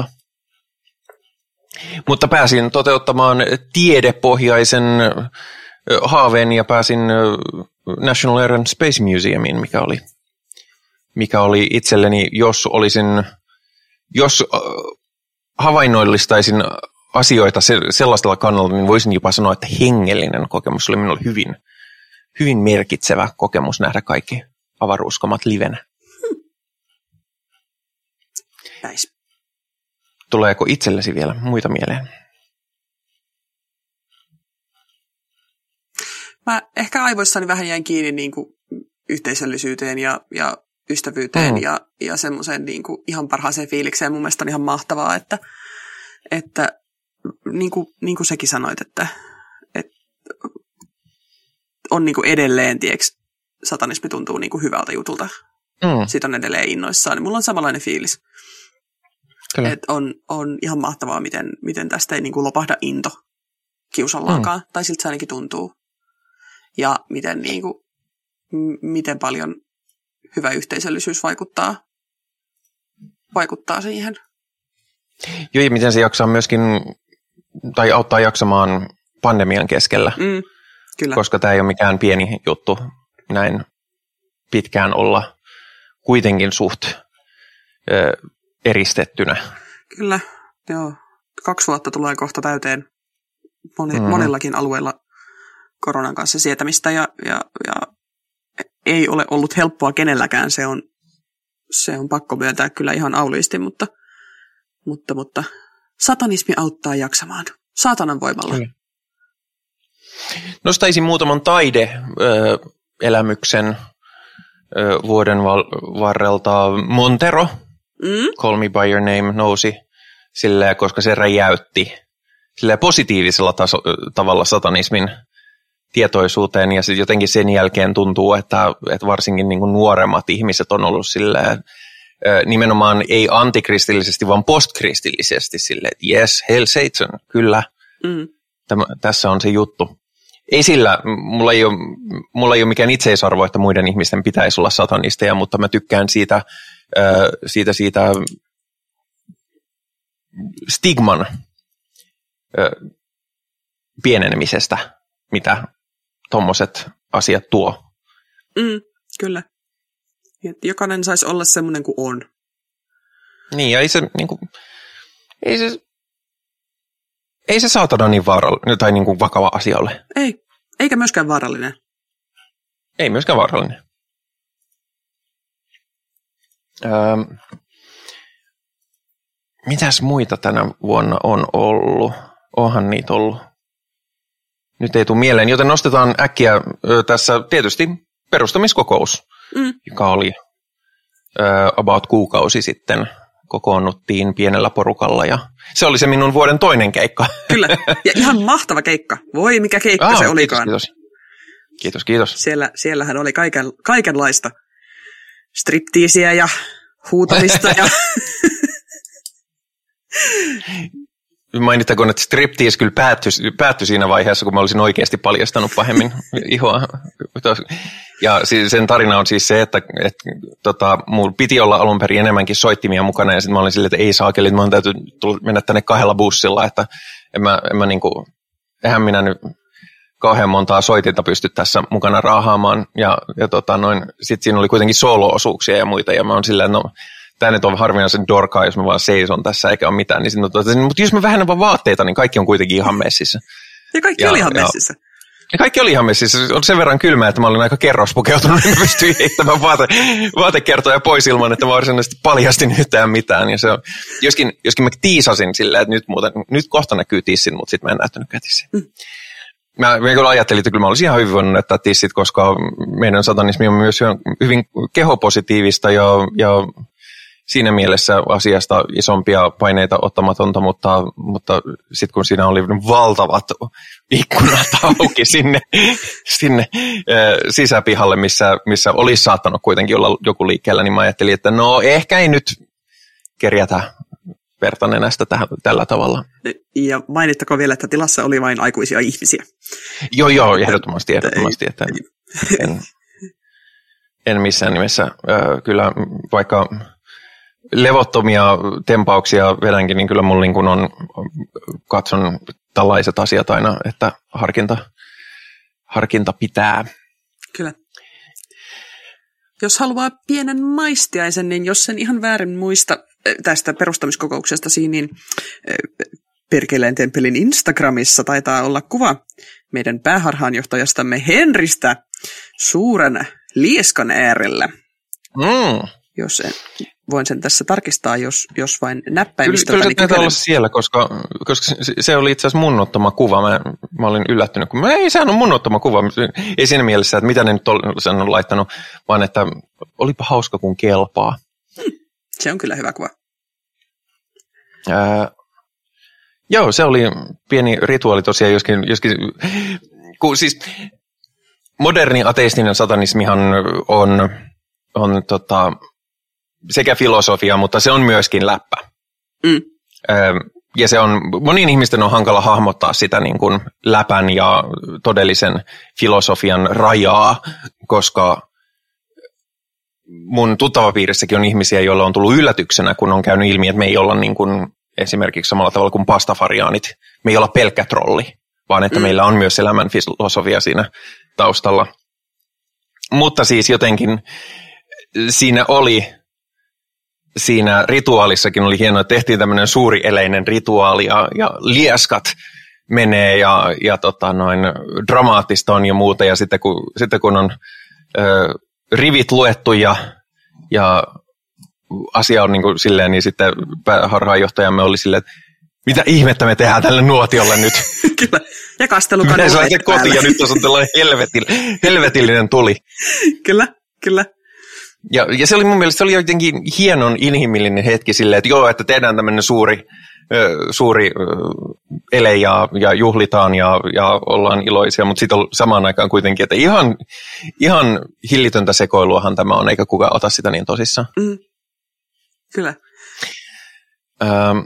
mutta pääsin toteuttamaan tiedepohjaisen haaveen ja pääsin National Air and Space Museumiin, mikä oli, mikä oli itselleni, jos olisin, jos havainnoillistaisin asioita sellaisella kannalta, niin voisin jopa sanoa, että hengellinen kokemus oli minulle hyvin, hyvin merkitsevä kokemus nähdä kaikki avaruuskomat livenä. Nice. Tuleeko itsellesi vielä muita mieleen? Mä ehkä aivoissani vähän jäin kiinni niin kuin yhteisöllisyyteen ja, ja ystävyyteen mm. ja, ja semmoiseen niin kuin ihan parhaaseen fiilikseen. Mun mielestä on ihan mahtavaa, että, että niin, kuin, niin kuin sekin sanoit, että, että on niin kuin edelleen, tieks, satanismi tuntuu niin kuin hyvältä jutulta. Mm. Siitä on edelleen innoissaan. Mulla on samanlainen fiilis. Että on, on ihan mahtavaa, miten, miten tästä ei niin kuin lopahda into kiusallaankaan. Mm. Tai siltä se ainakin tuntuu. Ja miten, niin kuin, m- miten paljon hyvä yhteisöllisyys vaikuttaa, vaikuttaa siihen. Joo, ja miten se jaksaa myöskin, tai auttaa jaksamaan pandemian keskellä. Mm, kyllä. Koska tämä ei ole mikään pieni juttu näin pitkään olla kuitenkin suht ö, eristettynä. Kyllä, joo. Kaksi vuotta tulee kohta täyteen moni, mm. monillakin alueilla koronan kanssa sietämistä ja, ja, ja ei ole ollut helppoa kenelläkään, se on, se on pakko myöntää kyllä ihan auliisti, mutta, mutta, mutta satanismi auttaa jaksamaan saatanan voimalla. Kyllä. Nostaisin muutaman taide-elämyksen vuoden varrelta. Montero, mm? Call Me By Your Name, nousi silleen, koska se räjäytti silleen positiivisella taso, tavalla satanismin tietoisuuteen, ja jotenkin sen jälkeen tuntuu, että, että varsinkin niin kuin nuoremmat ihmiset on ollut silleen, nimenomaan ei antikristillisesti, vaan postkristillisesti silleen, että yes, hell Satan, kyllä, mm. Tämä, tässä on se juttu. Ei sillä, mulla ei, ole, mulla ei ole mikään itseisarvo, että muiden ihmisten pitäisi olla satanisteja, mutta mä tykkään siitä, siitä, siitä stigman pienenemisestä, mitä tommoset asiat tuo. Mm, kyllä. Että jokainen saisi olla semmoinen kuin on. Niin, ja ei se, niin kuin, ei se, ei se saatana niin vaarallinen tai niin kuin vakava asia ole. Ei, eikä myöskään vaarallinen. Ei myöskään vaarallinen. Öö, mitäs muita tänä vuonna on ollut? Onhan niitä ollut. Nyt ei tule mieleen, joten nostetaan äkkiä ö, tässä tietysti perustamiskokous, mm. joka oli ö, about kuukausi sitten. Kokoonnuttiin pienellä porukalla ja se oli se minun vuoden toinen keikka. Kyllä, ja ihan mahtava keikka. Voi mikä keikka ah, se olikaan. Kiitos, kiitos. kiitos. Siellä, siellähän oli kaiken, kaikenlaista striptiisiä ja huutamista ja... Mainittakoon, että striptease kyllä päättyi, päättyi siinä vaiheessa, kun mä olisin oikeasti paljastanut pahemmin ihoa. Ja sen tarina on siis se, että, että tota, mulla piti olla alun perin enemmänkin soittimia mukana, ja sitten mä olin silleen, että ei saakeli, että mä täytyy mennä tänne kahdella bussilla, että en mä, en mä niinku, eihän minä nyt kauhean montaa soitinta pysty tässä mukana raahaamaan, ja, ja tota, noin, sitten siinä oli kuitenkin solo-osuuksia ja muita, ja mä oon silleen, no... Tämä nyt on harvinaisen dorkaa, jos mä vaan seison tässä eikä ole mitään. Niin sitten, mutta jos mä vähennän vaan vaatteita, niin kaikki on kuitenkin ihan messissä. Ja kaikki ja, oli ihan ja, messissä. Ne kaikki oli ihan messissä. On sen verran kylmää, että mä olin aika kerrospukeutunut, niin pystyin heittämään vaate, vaatekertoja pois ilman, että mä varsinaisesti paljastin yhtään mitään. Ja se on, joskin, joskin mä tiisasin silleen, että nyt, muuten, nyt kohta näkyy tissin, mutta sitten mä en näyttänytkään tissin. Mm. Mä, mä kyllä ajattelin, että kyllä mä olisin ihan hyvin voinut näyttää tissit, koska meidän satanismi on myös hyvin kehopositiivista ja, ja siinä mielessä asiasta isompia paineita ottamatonta, mutta, mutta sitten kun siinä oli valtavat ikkunat auki sinne, sinne äh, sisäpihalle, missä, missä olisi saattanut kuitenkin olla joku liikkeellä, niin mä ajattelin, että no ehkä ei nyt kerjätä verta nenästä tähän, tällä tavalla. Ja mainittako vielä, että tilassa oli vain aikuisia ihmisiä? Joo, joo, ehdottomasti, ehdottomasti, että en, en missään nimessä. Äh, kyllä vaikka levottomia tempauksia vedänkin, niin kyllä mulla niin kuin on, katson tällaiset asiat aina, että harkinta, harkinta pitää. Kyllä. Jos haluaa pienen maistiaisen, niin jos sen ihan väärin muista tästä perustamiskokouksesta, niin Perkeleen temppelin Instagramissa taitaa olla kuva meidän pääharhaanjohtajastamme Henristä suuren lieskan äärellä. Mm. Jos en, voin sen tässä tarkistaa, jos, jos vain näppäimistä. Kyllä, kyllä se täytyy olla siellä, koska, koska se oli itse asiassa mun ottama kuva. Mä, mä olin yllättynyt, kun mä, ei sehän on mun ottama kuva. Ei siinä mielessä, että mitä ne nyt on, sen on laittanut, vaan että olipa hauska kun kelpaa. Hmm, se on kyllä hyvä kuva. Ää, joo, se oli pieni rituaali tosiaan, joskin, joskin kun siis moderni ateistinen satanismihan on, on tota, sekä filosofia, mutta se on myöskin läppä. Mm. Ja se on, monien ihmisten on hankala hahmottaa sitä niin kuin läpän ja todellisen filosofian rajaa, koska mun tuttavapiirissäkin on ihmisiä, joilla on tullut yllätyksenä, kun on käynyt ilmi, että me ei olla niin kuin esimerkiksi samalla tavalla kuin pastafariaanit. Me ei olla pelkkä trolli, vaan että mm. meillä on myös elämän filosofia siinä taustalla. Mutta siis jotenkin siinä oli, siinä rituaalissakin oli hienoa, että tehtiin tämmöinen suuri eleinen rituaali ja, ja lieskat menee ja, ja tota noin, dramaattista on ja muuta. Ja sitten kun, sitten kun on ö, rivit luettu ja, ja asia on niin kuin silleen, niin sitten harhaanjohtajamme oli silleen, että mitä ihmettä me tehdään tälle nuotiolle nyt? Kyllä, ja kastelukan me saitte kotiin ja nyt on tällainen helvetillinen, helvetillinen tuli. Kyllä, kyllä. Ja, ja se oli mun mielestä se oli jotenkin hienon inhimillinen hetki silleen, että joo, että tehdään tämmöinen suuri, ö, suuri ö, ele ja, ja juhlitaan ja, ja ollaan iloisia, mutta sitten samaan aikaan kuitenkin, että ihan, ihan hillitöntä sekoiluahan tämä on, eikä kukaan ota sitä niin tosissaan. Mm. Kyllä. Ähm,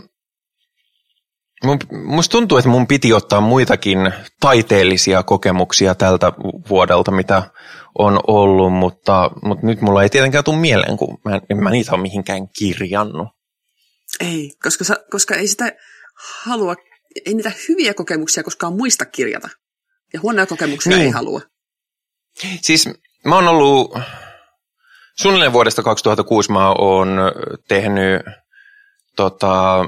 mun, musta tuntuu, että mun piti ottaa muitakin taiteellisia kokemuksia tältä vuodelta, mitä on ollut, mutta, mutta nyt mulla ei tietenkään tule mieleen, kun mä en, en mä niitä ole mihinkään kirjannut. Ei, koska, koska ei sitä halua, ei niitä hyviä kokemuksia koskaan muista kirjata. Ja huonoja kokemuksia niin ei halua. Siis mä oon ollut, suunnilleen vuodesta kaksituhattakuusi mä oon tehnyt, tota,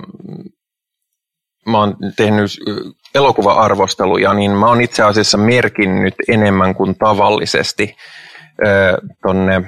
mä oon tehnyt elokuva-arvosteluja, niin mä oon itse asiassa merkinnyt enemmän kuin tavallisesti äh, tonne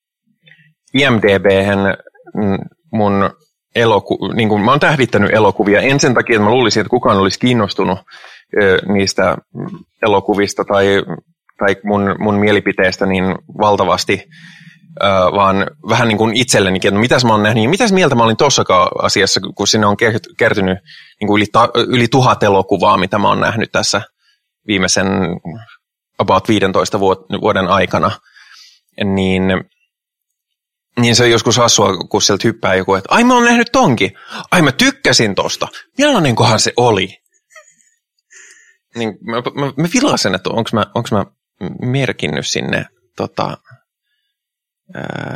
I M D B:hen mun eloku- niin kun mä oon tähdittänyt elokuvia. En sen takia, että mä luulisin, että kukaan olisi kiinnostunut äh, niistä elokuvista tai, tai mun, mun mielipiteestä niin valtavasti, Uh, vaan vähän niin kuin itsellenikin, että mitäs mä oon nähnyt, mitäs mieltä mä olin tossakaan asiassa, kun sinne on kertynyt niin kuin yli, ta, yli tuhat elokuvaa, mitä mä oon nähnyt tässä viimeisen about viidentoista vuoden aikana, niin, niin se on joskus hassua, kun sieltä hyppää joku, että ai mä oon nähnyt tonkin, ai mä tykkäsin tosta, millainenkohan se oli? Niin mä, mä, mä vilasen, että onko mä, onko mä merkinnyt sinne tota, Ää,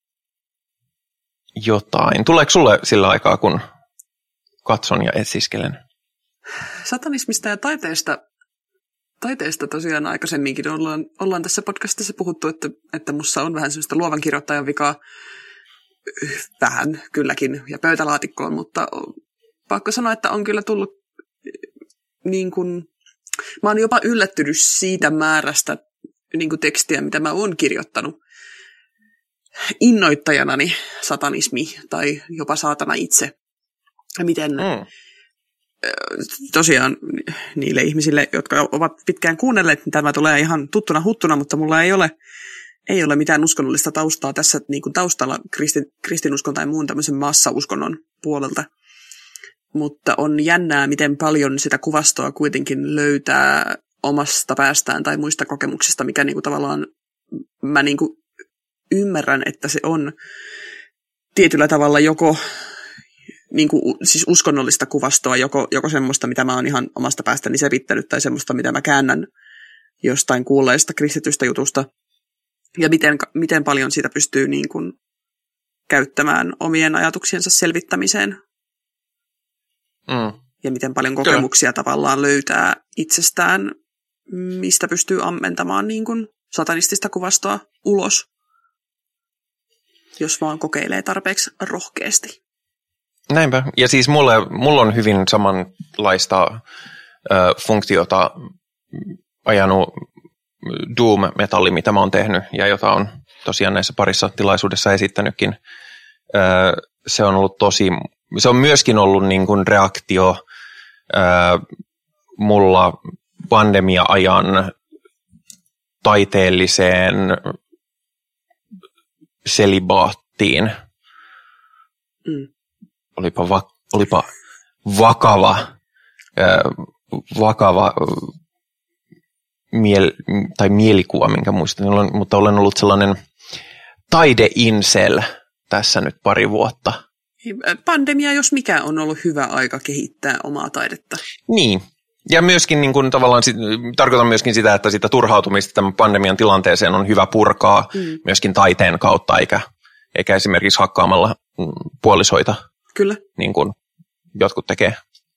jotain. Tuleeko sulle sillä aikaa, kun katson ja etsiskelen? Satanismista ja taiteesta, taiteesta tosiaan aikaisemminkin ollaan, ollaan tässä podcastissa puhuttu, että, että musta on vähän sellaista luovan kirjoittajan vikaa, vähän kylläkin, ja pöytälaatikkoon, mutta pakko sanoa, että on kyllä tullut niin kuin Mä oon jopa yllättynyt siitä määrästä niin kuin tekstiä, mitä mä oon kirjoittanut innoittajanani satanismi tai jopa saatana itse. Ja miten mm. tosiaan niille ihmisille, jotka ovat pitkään kuunnelleet, niin tämä tulee ihan tuttuna huttuna, mutta mulla ei ole, ei ole mitään uskonnollista taustaa tässä niin kuin taustalla kristin, kristinuskon tai muun tämmöisen massauskonnon puolelta. Mutta on jännää, miten paljon sitä kuvastoa kuitenkin löytää omasta päästään tai muista kokemuksista, mikä niinku tavallaan mä niinku ymmärrän, että se on tietyllä tavalla joko niinku, siis uskonnollista kuvastoa, joko, joko semmoista, mitä mä oon ihan omasta päästäni sevittänyt, tai semmoista, mitä mä käännän jostain kuulleista kristitystä jutusta, ja miten, miten paljon siitä pystyy niinku käyttämään omien ajatuksiensa selvittämiseen. Mm. Ja miten paljon kokemuksia Kyllä. tavallaan löytää itsestään, mistä pystyy ammentamaan niin kuin satanistista kuvastoa ulos, jos vaan kokeilee tarpeeksi rohkeasti. Näinpä. Ja siis mulle, mulla on hyvin samanlaista ö, funktiota ajanut doom-metalli, mitä mä oon tehnyt, ja jota on tosiaan näissä parissa tilaisuudessa esittänytkin. Ö, se on ollut tosi... Se on myöskin ollut niin kuin reaktio ää, mulla pandemia-ajan taiteelliseen selibaattiin. Mm. Olipa, va, olipa vakava, ää, vakava miel, tai mielikuva, minkä muistan, mutta olen ollut sellainen taide-incel tässä nyt pari vuotta. Pandemia, jos mikä, on ollut hyvä aika kehittää omaa taidetta. Niin. Ja myöskin niin kuin, tavallaan tarkoitan myöskin sitä, että sitä turhautumista tämän pandemian tilanteeseen on hyvä purkaa mm. myöskin taiteen kautta, eikä, eikä esimerkiksi hakkaamalla puolisoita. Kyllä. Niin kuin jotkut tekee.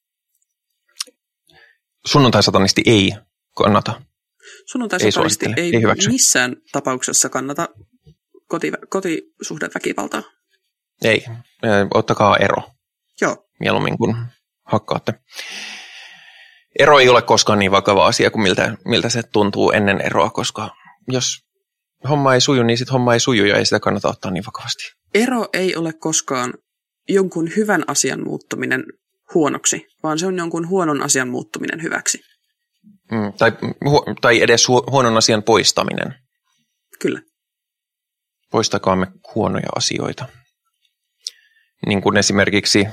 Sunnuntai-satanisti ei kannata. Sunnuntai-satanisti ei, ei, ei missään tapauksessa kannata koti, kotisuhdeväkivaltaa. Ei, ottakaa ero. Joo. Mieluummin kuin hakkaatte. Ero ei ole koskaan niin vakava asia kuin miltä, miltä se tuntuu ennen eroa, koska jos homma ei suju, niin sitten homma ei suju ja ei sitä kannata ottaa niin vakavasti. Ero ei ole koskaan jonkun hyvän asian muuttuminen huonoksi, vaan se on jonkun huonon asian muuttuminen hyväksi. Mm, tai, hu- tai edes hu- huonon asian poistaminen. Kyllä. Poistakaamme huonoja asioita. Niin kuin esimerkiksi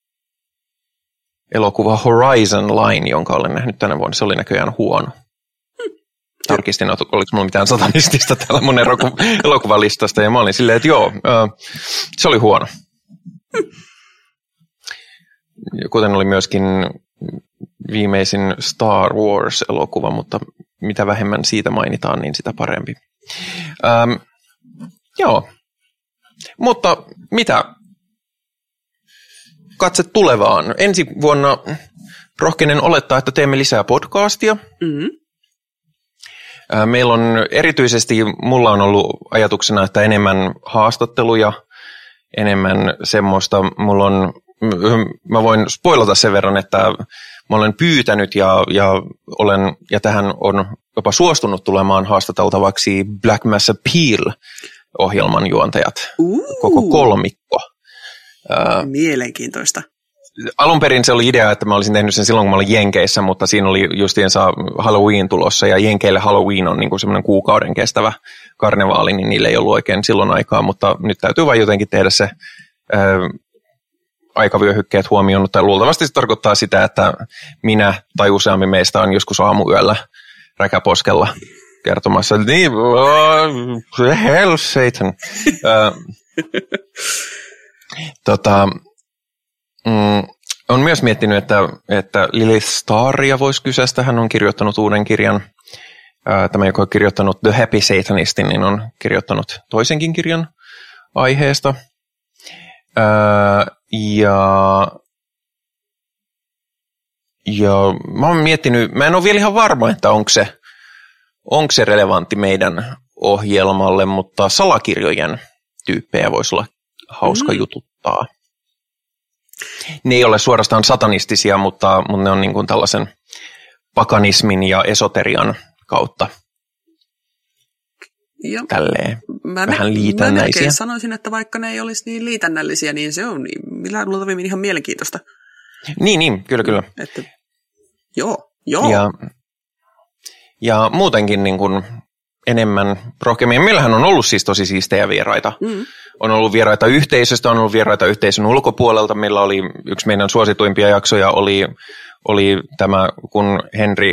elokuva Horizon Line, jonka olen nähnyt tänä vuonna, se oli näköjään huono. Hmm. Tarkistin, oliko mulla mitään satanistista täällä mun elokuvalistasta, ja mä olin silleen, että joo, se oli huono. Hmm. Kuten oli myöskin viimeisin Star Wars-elokuva, mutta mitä vähemmän siitä mainitaan, niin sitä parempi. Ähm, joo, mutta mitä... Katse tulevaan. Ensi vuonna rohkenen olettaa, että teemme lisää podcastia. Mm-hmm. Meillä on erityisesti, mulla on ollut ajatuksena, että enemmän haastatteluja, enemmän semmoista, mulla on, mä voin spoilata sen verran, että mä olen pyytänyt ja, ja, olen, ja tähän on jopa suostunut tulemaan haastateltavaksi Black Mass Appeal-ohjelman juontajat, uh. koko kolmikko. Mielenkiintoista. Alun perin se oli idea, että mä olisin tehnyt sen silloin, kun mä olin Jenkeissä, mutta siinä oli justiinsa Halloween tulossa, ja Jenkeille Halloween on niin kuin semmoinen kuukauden kestävä karnevaali, niin niille ei ollut oikein silloin aikaa, mutta nyt täytyy vain jotenkin tehdä se ää, aikavyöhykkeet huomioon, mutta luultavasti se tarkoittaa sitä, että minä tai useampi meistä on joskus aamuyöllä räkäposkella kertomassa, että niin, uh, hell Satan. uh, Tota, mm, on myös miettinyt, että, että Lilith Staria voisi kyseistä. Hän on kirjoittanut uuden kirjan. Ää, tämä, joka on kirjoittanut The Happy Satanistin, niin on kirjoittanut toisenkin kirjan aiheesta. Ää, ja, ja mä oon miettinyt, mä en ole vielä ihan varma, että onko se, onko se relevantti meidän ohjelmalle, mutta salakirjojen tyyppejä voisi olla hauska mm. jututtaa. Ne ei ole suorastaan satanistisia, mutta, mutta ne on niin kuin tällaisen pakanismin ja esoterian kautta. Ja tälleen mä vähän me, liitännäisiä. Mä sanoisin, että vaikka ne ei olisi niin liitännällisiä, niin se on niin, millään luultavimmin ihan mielenkiintoista. Niin, niin, kyllä, kyllä. Että, joo, joo. Ja, ja muutenkin niin kuin enemmän rohkeammin. Meillähän on ollut siis tosi siistejä vieraita. Mm. On ollut vieraita yhteisöstä, on ollut vieraita yhteisön ulkopuolelta. Meillä oli yksi meidän suosituimpia jaksoja, oli, oli tämä, kun Henri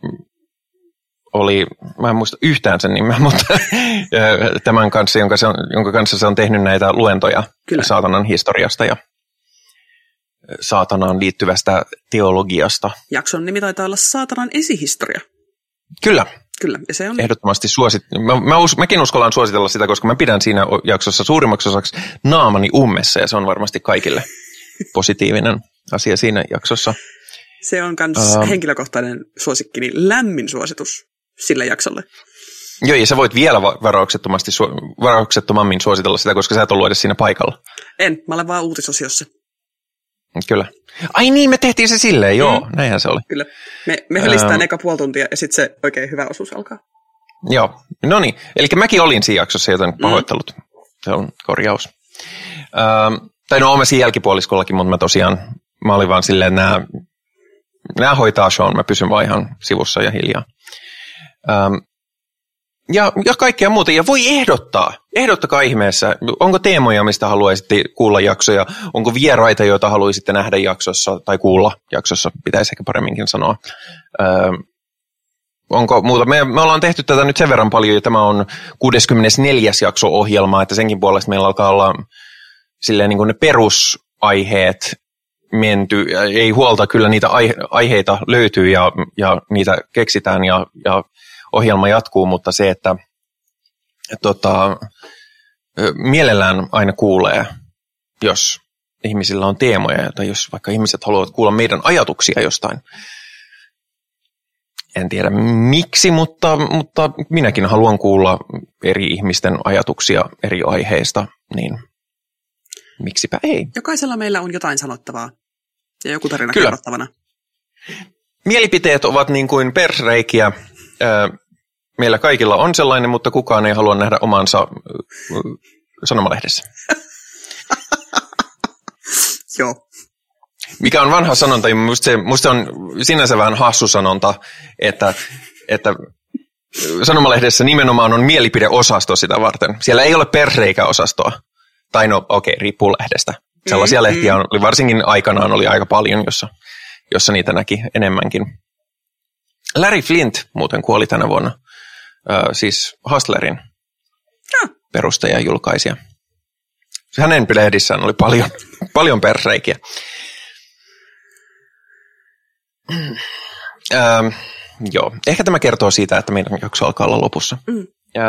oli, mä en muista yhtään sen nimeä, mutta tämän kanssa, jonka, se on, jonka kanssa se on tehnyt näitä luentoja Kyllä. saatanan historiasta ja saatanaan liittyvästä teologiasta. Jakson nimi taitaa olla Saatanan esihistoria. Kyllä. Kyllä, ja se on... Ehdottomasti suosit... Mä, mä us, mäkin uskallan suositella sitä, koska mä pidän siinä jaksossa suurimmaksi osaksi naamani ummessa, ja se on varmasti kaikille positiivinen asia siinä jaksossa. Se on myös uh, henkilökohtainen suosikki, niin lämmin suositus sille jaksolle. Joo, ja sä voit vielä varauksettomasti, varauksettomammin suositella sitä, koska sä et ollut edes siinä paikalla. En, mä olen vaan uutisosiossa. Kyllä. Ai niin, me tehtiin se silleen, joo, mm. näinhän se oli. Kyllä. Me, me hölistään ähm. eka puoli tuntia ja sitten se oikein hyvä osuus alkaa. Joo, no niin. Eli mäkin olin siinä jaksossa, joten pahoittelut. Mm. Se on korjaus. Ähm, tai no, olen siinä jälkipuoliskollakin, mutta mä tosiaan, mä olin vaan silleen, että nämä, nämä hoitaa Sean, mä pysyn vaan ihan sivussa ja hiljaa. Ähm, Ja, ja kaikkea muuta. Ja voi ehdottaa. Ehdottakaa ihmeessä. Onko teemoja, mistä haluaisitte kuulla jaksoja? Onko vieraita, joita haluaisitte nähdä jaksossa tai kuulla jaksossa? Pitäisi ehkä paremminkin sanoa. Öö, onko muuta? Me, me ollaan tehty tätä nyt sen verran paljon, ja tämä on kuudeskymmenesneljäs jakso ohjelmaa, että senkin puolesta meillä alkaa olla silleen niin kuin ne perusaiheet menty. Ei huolta, kyllä niitä aiheita löytyy ja, ja niitä keksitään ja, ja ohjelma jatkuu, mutta se, että tota, mielellään aina kuulee, jos ihmisillä on teemoja, tai jos vaikka ihmiset haluavat kuulla meidän ajatuksia jostain. En tiedä miksi, mutta, mutta minäkin haluan kuulla eri ihmisten ajatuksia eri aiheista, niin miksipä ei. Jokaisella meillä on jotain sanottavaa ja joku tarina Kyllä. kerrottavana. Mielipiteet ovat niin kuin persreikiä. Meillä kaikilla on sellainen, mutta kukaan ei halua nähdä omansa sanomalehdessä. Joo. Mikä on vanha sanonta, ja musta se, musta se on sinänsä vähän hassu sanonta, että, että sanomalehdessä nimenomaan on mielipideosasto sitä varten. Siellä ei ole persreikäosastoa. Tai no okei, okay, riippuu lehdestä. Sellaisia mm-hmm. lehtiä oli varsinkin aikanaan oli aika paljon, jossa, jossa niitä näki enemmänkin. Larry Flint muuten kuoli tänä vuonna. Ö, siis Hustlerin ah. perustaja ja julkaisija. Hänen lehdissään oli paljon, paljon persreikiä. Ö, joo, ehkä tämä kertoo siitä, että meidän jakso alkaa olla lopussa. Mm. Ö,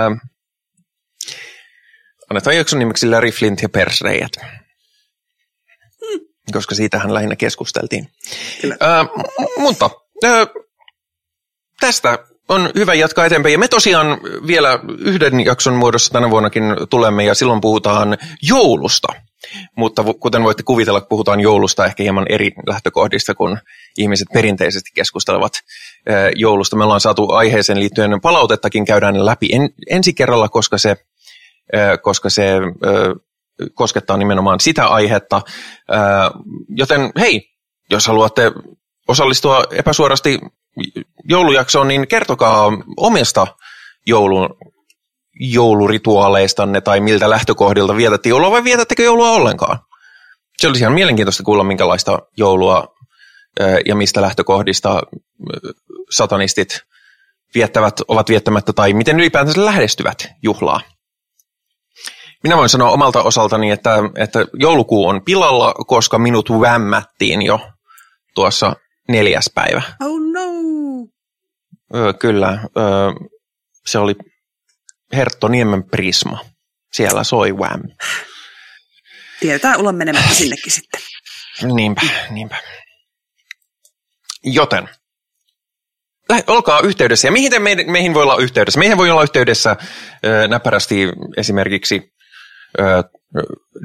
annetaan jakson nimeksi Larry Flint ja persreijät. Mm. Koska siitähän lähinnä keskusteltiin. Ö, mutta ö, tästä on hyvä jatkaa eteenpäin. Ja me tosiaan vielä yhden jakson muodossa tänä vuonnakin tulemme, ja silloin puhutaan joulusta. Mutta kuten voitte kuvitella, puhutaan joulusta ehkä hieman eri lähtökohdista, kun ihmiset perinteisesti keskustelevat joulusta. Me ollaan saatu aiheeseen liittyen palautettakin, käydään läpi en, ensi kerralla, koska se, koska se koskettaa nimenomaan sitä aihetta. Joten hei, jos haluatte osallistua epäsuorasti joulujaksoon, niin kertokaa omista joulun, joulurituaaleistanne tai miltä lähtökohdilta vietätte joulua vai vietättekö joulua ollenkaan. Se olisi ihan mielenkiintoista kuulla, minkälaista joulua ja mistä lähtökohdista satanistit viettävät, ovat viettämättä tai miten ylipäätänsä lähestyvät juhlaa. Minä voin sanoa omalta osaltani, että, että joulukuu on pilalla, koska minut vämmättiin jo tuossa neljäs päivä. Oh no! Öö, kyllä, öö, se oli Herttoniemen Prisma. Siellä soi Wham. Tiedetään olla menemättä sinnekin sitten. Niinpä, niinpä. Joten, olkaa yhteydessä. Ja mihin te me, meihin voi olla yhteydessä? Meihin voi olla yhteydessä öö, näpärästi esimerkiksi öö,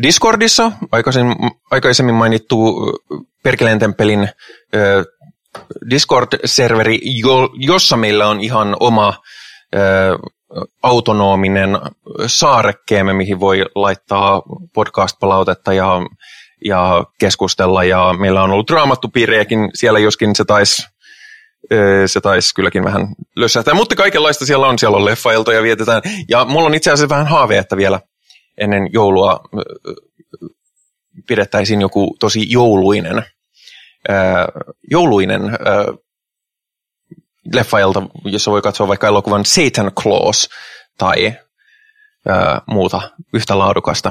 Discordissa, aikaisemmin, aikaisemmin mainittu Perkeleen temppelin öö, Discord-serveri, jo, jossa meillä on ihan oma ö, autonominen saarekkeemme, mihin voi laittaa podcast-palautetta ja, ja keskustella. Ja meillä on ollut raamattupiirejäkin siellä, joskin se taisi se tais kylläkin vähän lössähtää. Mutta kaikenlaista siellä on. Siellä on leffailtoja vietetään. Ja mulla on itse asiassa vähän haave, että vielä ennen joulua pidettäisiin joku tosi jouluinen, ää, jouluinen ää, leffailta, jossa voi katsoa vaikka elokuvan Satan Claus tai ää, muuta yhtä laadukasta.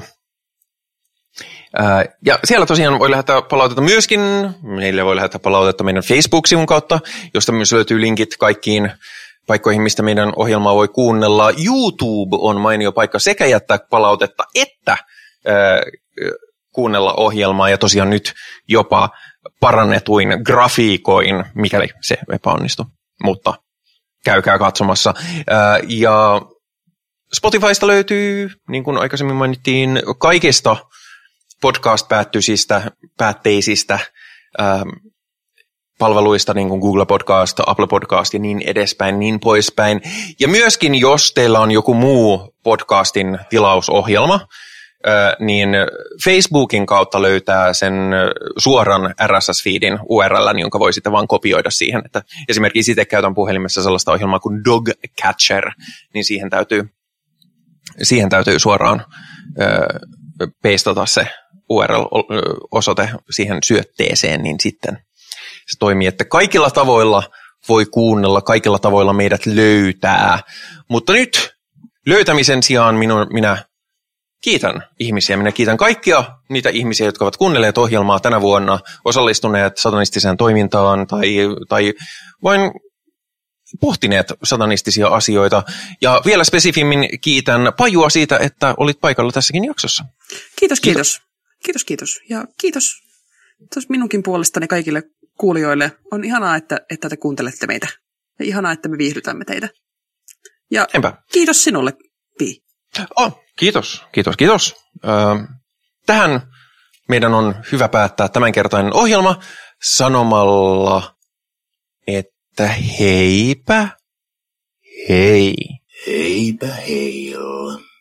Ää, ja siellä tosiaan voi lähettää palautetta myöskin, meille voi lähettää palautetta meidän Facebook-sivun kautta, josta myös löytyy linkit kaikkiin paikkoihin, mistä meidän ohjelmaa voi kuunnella. YouTube on mainio paikka sekä jättää palautetta että ää, kuunnella ohjelmaa ja tosiaan nyt jopa parannetuin grafiikoin, mikäli se epäonnistuu, mutta käykää katsomassa. Ää, ja Spotifysta löytyy, niin kuin aikaisemmin mainittiin, kaikista podcast-päättyisistä, päätteisistä ää, palveluista, niin kuin Google Podcast, Apple Podcast ja niin edespäin, niin poispäin. Ja myöskin, jos teillä on joku muu podcastin tilausohjelma, niin Facebookin kautta löytää sen suoran R S S-feedin U R L, jonka voi sitten vaan kopioida siihen. Että esimerkiksi itse käytän puhelimessa sellaista ohjelmaa kuin Dogcatcher, niin siihen täytyy, siihen täytyy suoraan ö, peistata se U R L-osoite siihen syötteeseen, niin sitten se toimii, että kaikilla tavoilla voi kuunnella, kaikilla tavoilla meidät löytää. Mutta nyt löytämisen sijaan minun, minä kiitän ihmisiä. Minä kiitän kaikkia niitä ihmisiä, jotka ovat kuunnelleet ohjelmaa tänä vuonna, osallistuneet satanistiseen toimintaan tai, tai vain pohtineet satanistisia asioita. Ja vielä spesifimmin kiitän Pajua siitä, että olit paikalla tässäkin jaksossa. Kiitos, kiitos. Kiitos, kiitos. Ja kiitos, kiitos minunkin puolestani kaikille kuulijoille. On ihanaa, että, että te kuuntelette meitä. Ja ihanaa, että me viihdytämme teitä. Ja Enpä. Kiitos sinulle, Pi. Oh, kiitos, kiitos, kiitos. Öö, tähän meidän on hyvä päättää tämänkertainen ohjelma sanomalla, että heipä, hei. Heipä heillä.